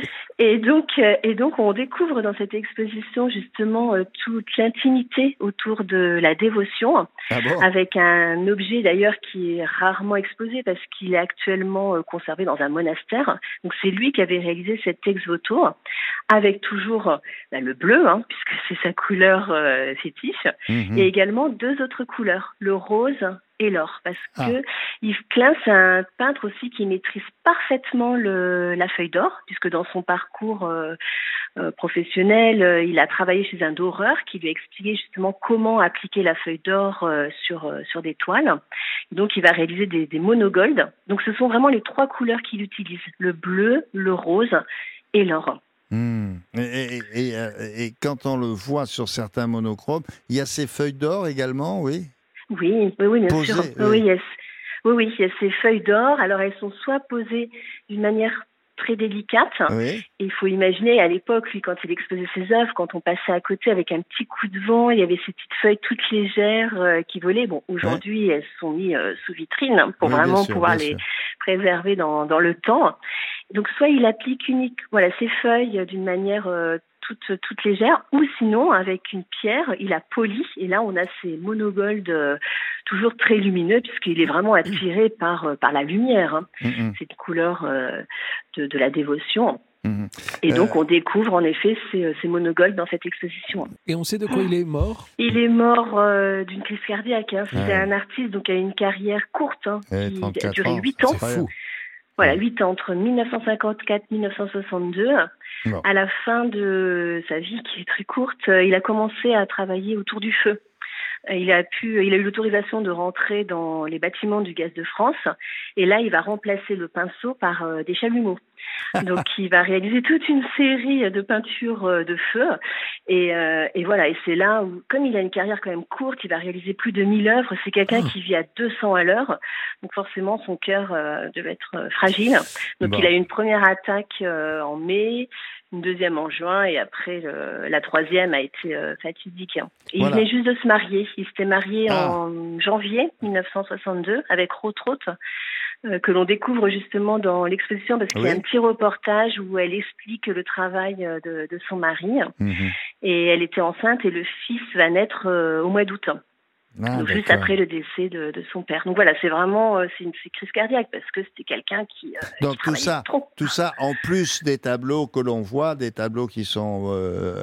Et donc, et donc, on découvre dans cette exposition justement euh, toute l'intimité autour de la dévotion, ah bon avec un objet d'ailleurs qui est rarement exposé parce qu'il est actuellement euh, conservé dans un monastère. Donc, c'est lui qui avait réalisé cet ex-voto, avec toujours euh, bah, le bleu, hein, puisque c'est sa couleur euh, fétiche, mm-hmm. et également deux autres couleurs, le rose et l'or, parce ah. que Yves Klein, c'est un peintre aussi qui maîtrise parfaitement le, la feuille d'or, puisque dans son parcours euh, euh, professionnel, euh, il a travaillé chez un doreur qui lui a expliqué justement comment appliquer la feuille d'or euh, sur, euh, sur des toiles. Donc, il va réaliser des, des monogold. Donc, ce sont vraiment les trois couleurs qu'il utilise, le bleu, le rose et l'or. Mmh. Et, et, et, et quand on le voit sur certains monochromes, il y a ces feuilles d'or également, oui? Oui, oui, oui, bien posées, sûr. Oui. Oui, il y a, oui, oui, il y a ces feuilles d'or. Alors, elles sont soit posées d'une manière très délicate. Oui. Et il faut imaginer, à l'époque, lui, quand il exposait ses œuvres, quand on passait à côté avec un petit coup de vent, il y avait ces petites feuilles toutes légères euh, qui volaient. Bon, aujourd'hui, ouais. elles sont mises euh, sous vitrine hein, pour oui, vraiment sûr, pouvoir les sûr. préserver dans, dans le temps. Donc, soit il applique unique, voilà, ces feuilles d'une manière euh, toute, toute légère, ou sinon, avec une pierre, il a poli. Et là, on a ces monogold euh, toujours très lumineux, puisqu'il est vraiment attiré par, euh, par la lumière. Hein. Mm-hmm. C'est une couleur euh, de, de la dévotion. Mmh. Et donc, euh... on découvre en effet ces, ces monogold dans cette exposition. Et on sait de quoi mmh. il est mort? Il est mort euh, d'une crise cardiaque. Hein. C'était ouais. un artiste donc, qui a une carrière courte, hein, ouais, qui a duré huit ans. C'est fou. Voilà, huit ans, entre dix-neuf cent cinquante-quatre et dix-neuf cent soixante-deux. Bon. À la fin de sa vie, qui est très courte, il a commencé à travailler autour du feu. Il a pu, il a eu l'autorisation de rentrer dans les bâtiments du Gaz de France. Et là, il va remplacer le pinceau par euh, des chalumeaux. Donc, il va réaliser toute une série de peintures de feu. Et, euh, et voilà. Et c'est là où, comme il a une carrière quand même courte, il va réaliser plus de mille œuvres. C'est quelqu'un oh. qui vit à deux cents à l'heure. Donc, forcément, son cœur euh, devait être euh, fragile. Donc, bon. il a eu une première attaque euh, en mai, une deuxième en juin, et après, le, la troisième a été euh, fatidique. Et voilà. Il venait juste de se marier. Il s'était marié ah. en janvier dix-neuf cent soixante-deux avec Rotrot, euh, que l'on découvre justement dans l'exposition, parce qu'il oui. y a un petit reportage où elle explique le travail de, de son mari. Mm-hmm. Et elle était enceinte, et le fils va naître euh, au mois d'août. Ah, donc juste après le décès de, de son père. Donc voilà, c'est vraiment c'est une, c'est une crise cardiaque parce que c'était quelqu'un qui euh, donc qui tout ça, trop. tout ça en plus des tableaux que l'on voit, des tableaux qui sont euh,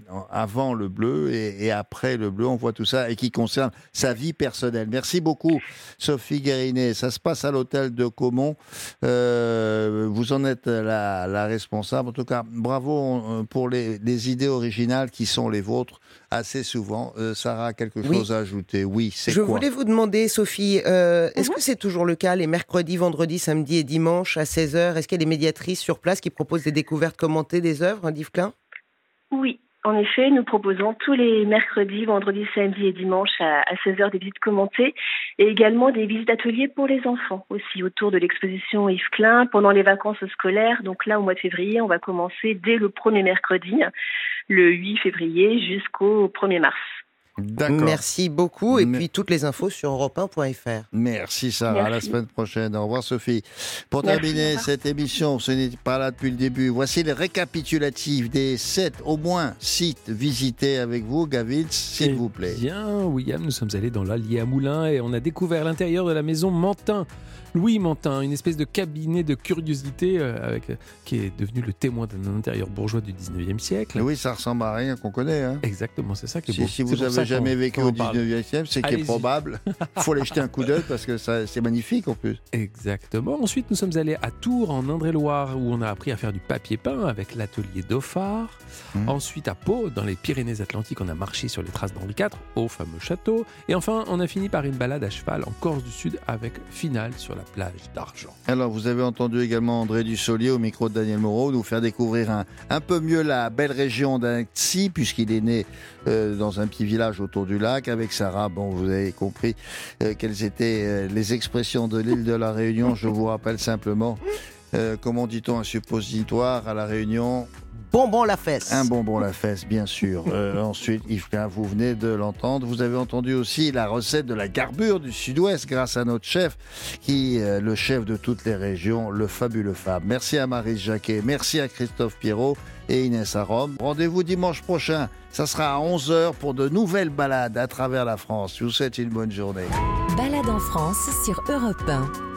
avant le bleu et, et après le bleu, on voit tout ça et qui concernent sa vie personnelle. Merci beaucoup, Sophie Guérinet. Ça se passe à l'hôtel de Caumont. Euh, vous en êtes la, la responsable. En tout cas, bravo pour les, les idées originales qui sont les vôtres. Assez souvent, euh, Sarah a quelque chose oui. à ajouter. Oui, c'est Je quoi? voulais vous demander, Sophie, euh, est-ce mm-hmm. que c'est toujours le cas les mercredis, vendredis, samedis et dimanches à seize heures? Est-ce qu'il y a des médiatrices sur place qui proposent des découvertes commentées des œuvres d'Yves Klein? Oui. En effet, nous proposons tous les mercredis, vendredis, samedis et dimanches à, à seize heures des visites commentées et également des visites ateliers pour les enfants aussi autour de l'exposition Yves Klein pendant les vacances scolaires. Donc là, au mois de février, on va commencer dès le premier mercredi, le huit février jusqu'au premier mars. D'accord. Merci beaucoup. Et Mais... puis toutes les infos sur europe un point f r. Merci Sarah, Merci. à la semaine prochaine. Au revoir Sophie. Pour Merci. terminer cette émission, ce n'est pas là depuis le début. Voici les récapitulatifs des sept au moins sites visités avec vous, Gavitz, s'il Eh vous plaît. Bien, William, nous sommes allés dans l'Allier à Moulins et on a découvert l'intérieur de la maison Mantin. Louis Mantin, une espèce de cabinet de curiosité euh, avec, euh, qui est devenu le témoin d'un intérieur bourgeois du dix-neuvième siècle. Oui, ça ressemble à rien qu'on connaît. Hein. Exactement, c'est ça qui est Si, beau. si C'est vous pour avez ça jamais qu'on- vécu qu'on au en parle. dix-neuvième siècle, c'est qu'il est Allez-y. probable. Il faut aller jeter un coup d'œil parce que ça, c'est magnifique en plus. Exactement. Ensuite, nous sommes allés à Tours, en Indre-et-Loire, où on a appris à faire du papier peint avec l'atelier Dauphard. Mmh. Ensuite, à Pau, dans les Pyrénées-Atlantiques, on a marché sur les traces d'Henri quatre, au fameux château. Et enfin, on a fini par une balade à cheval en Corse du Sud avec finale sur la plage d'Argent. Alors, vous avez entendu également André Dussolier au micro de Daniel Moreau nous faire découvrir un, un peu mieux la belle région d'Annecy, puisqu'il est né euh, dans un petit village autour du lac. Avec Sarah, bon, vous avez compris euh, quelles étaient euh, les expressions de l'île de la Réunion. Je vous rappelle simplement, euh, comment dit-on un suppositoire à la Réunion ? Bonbon la fesse. Un bonbon la fesse, bien sûr. Euh, ensuite, Yves Klein, vous venez de l'entendre. Vous avez entendu aussi la recette de la garbure du Sud-Ouest grâce à notre chef, qui est le chef de toutes les régions, le fabuleux Fab. Merci à Maryse Jacquet, merci à Christophe Pierrot et Inès Arom. Rendez-vous dimanche prochain. Ça sera à onze heures pour de nouvelles balades à travers la France. Je vous souhaite une bonne journée. Balade en France sur Europe un.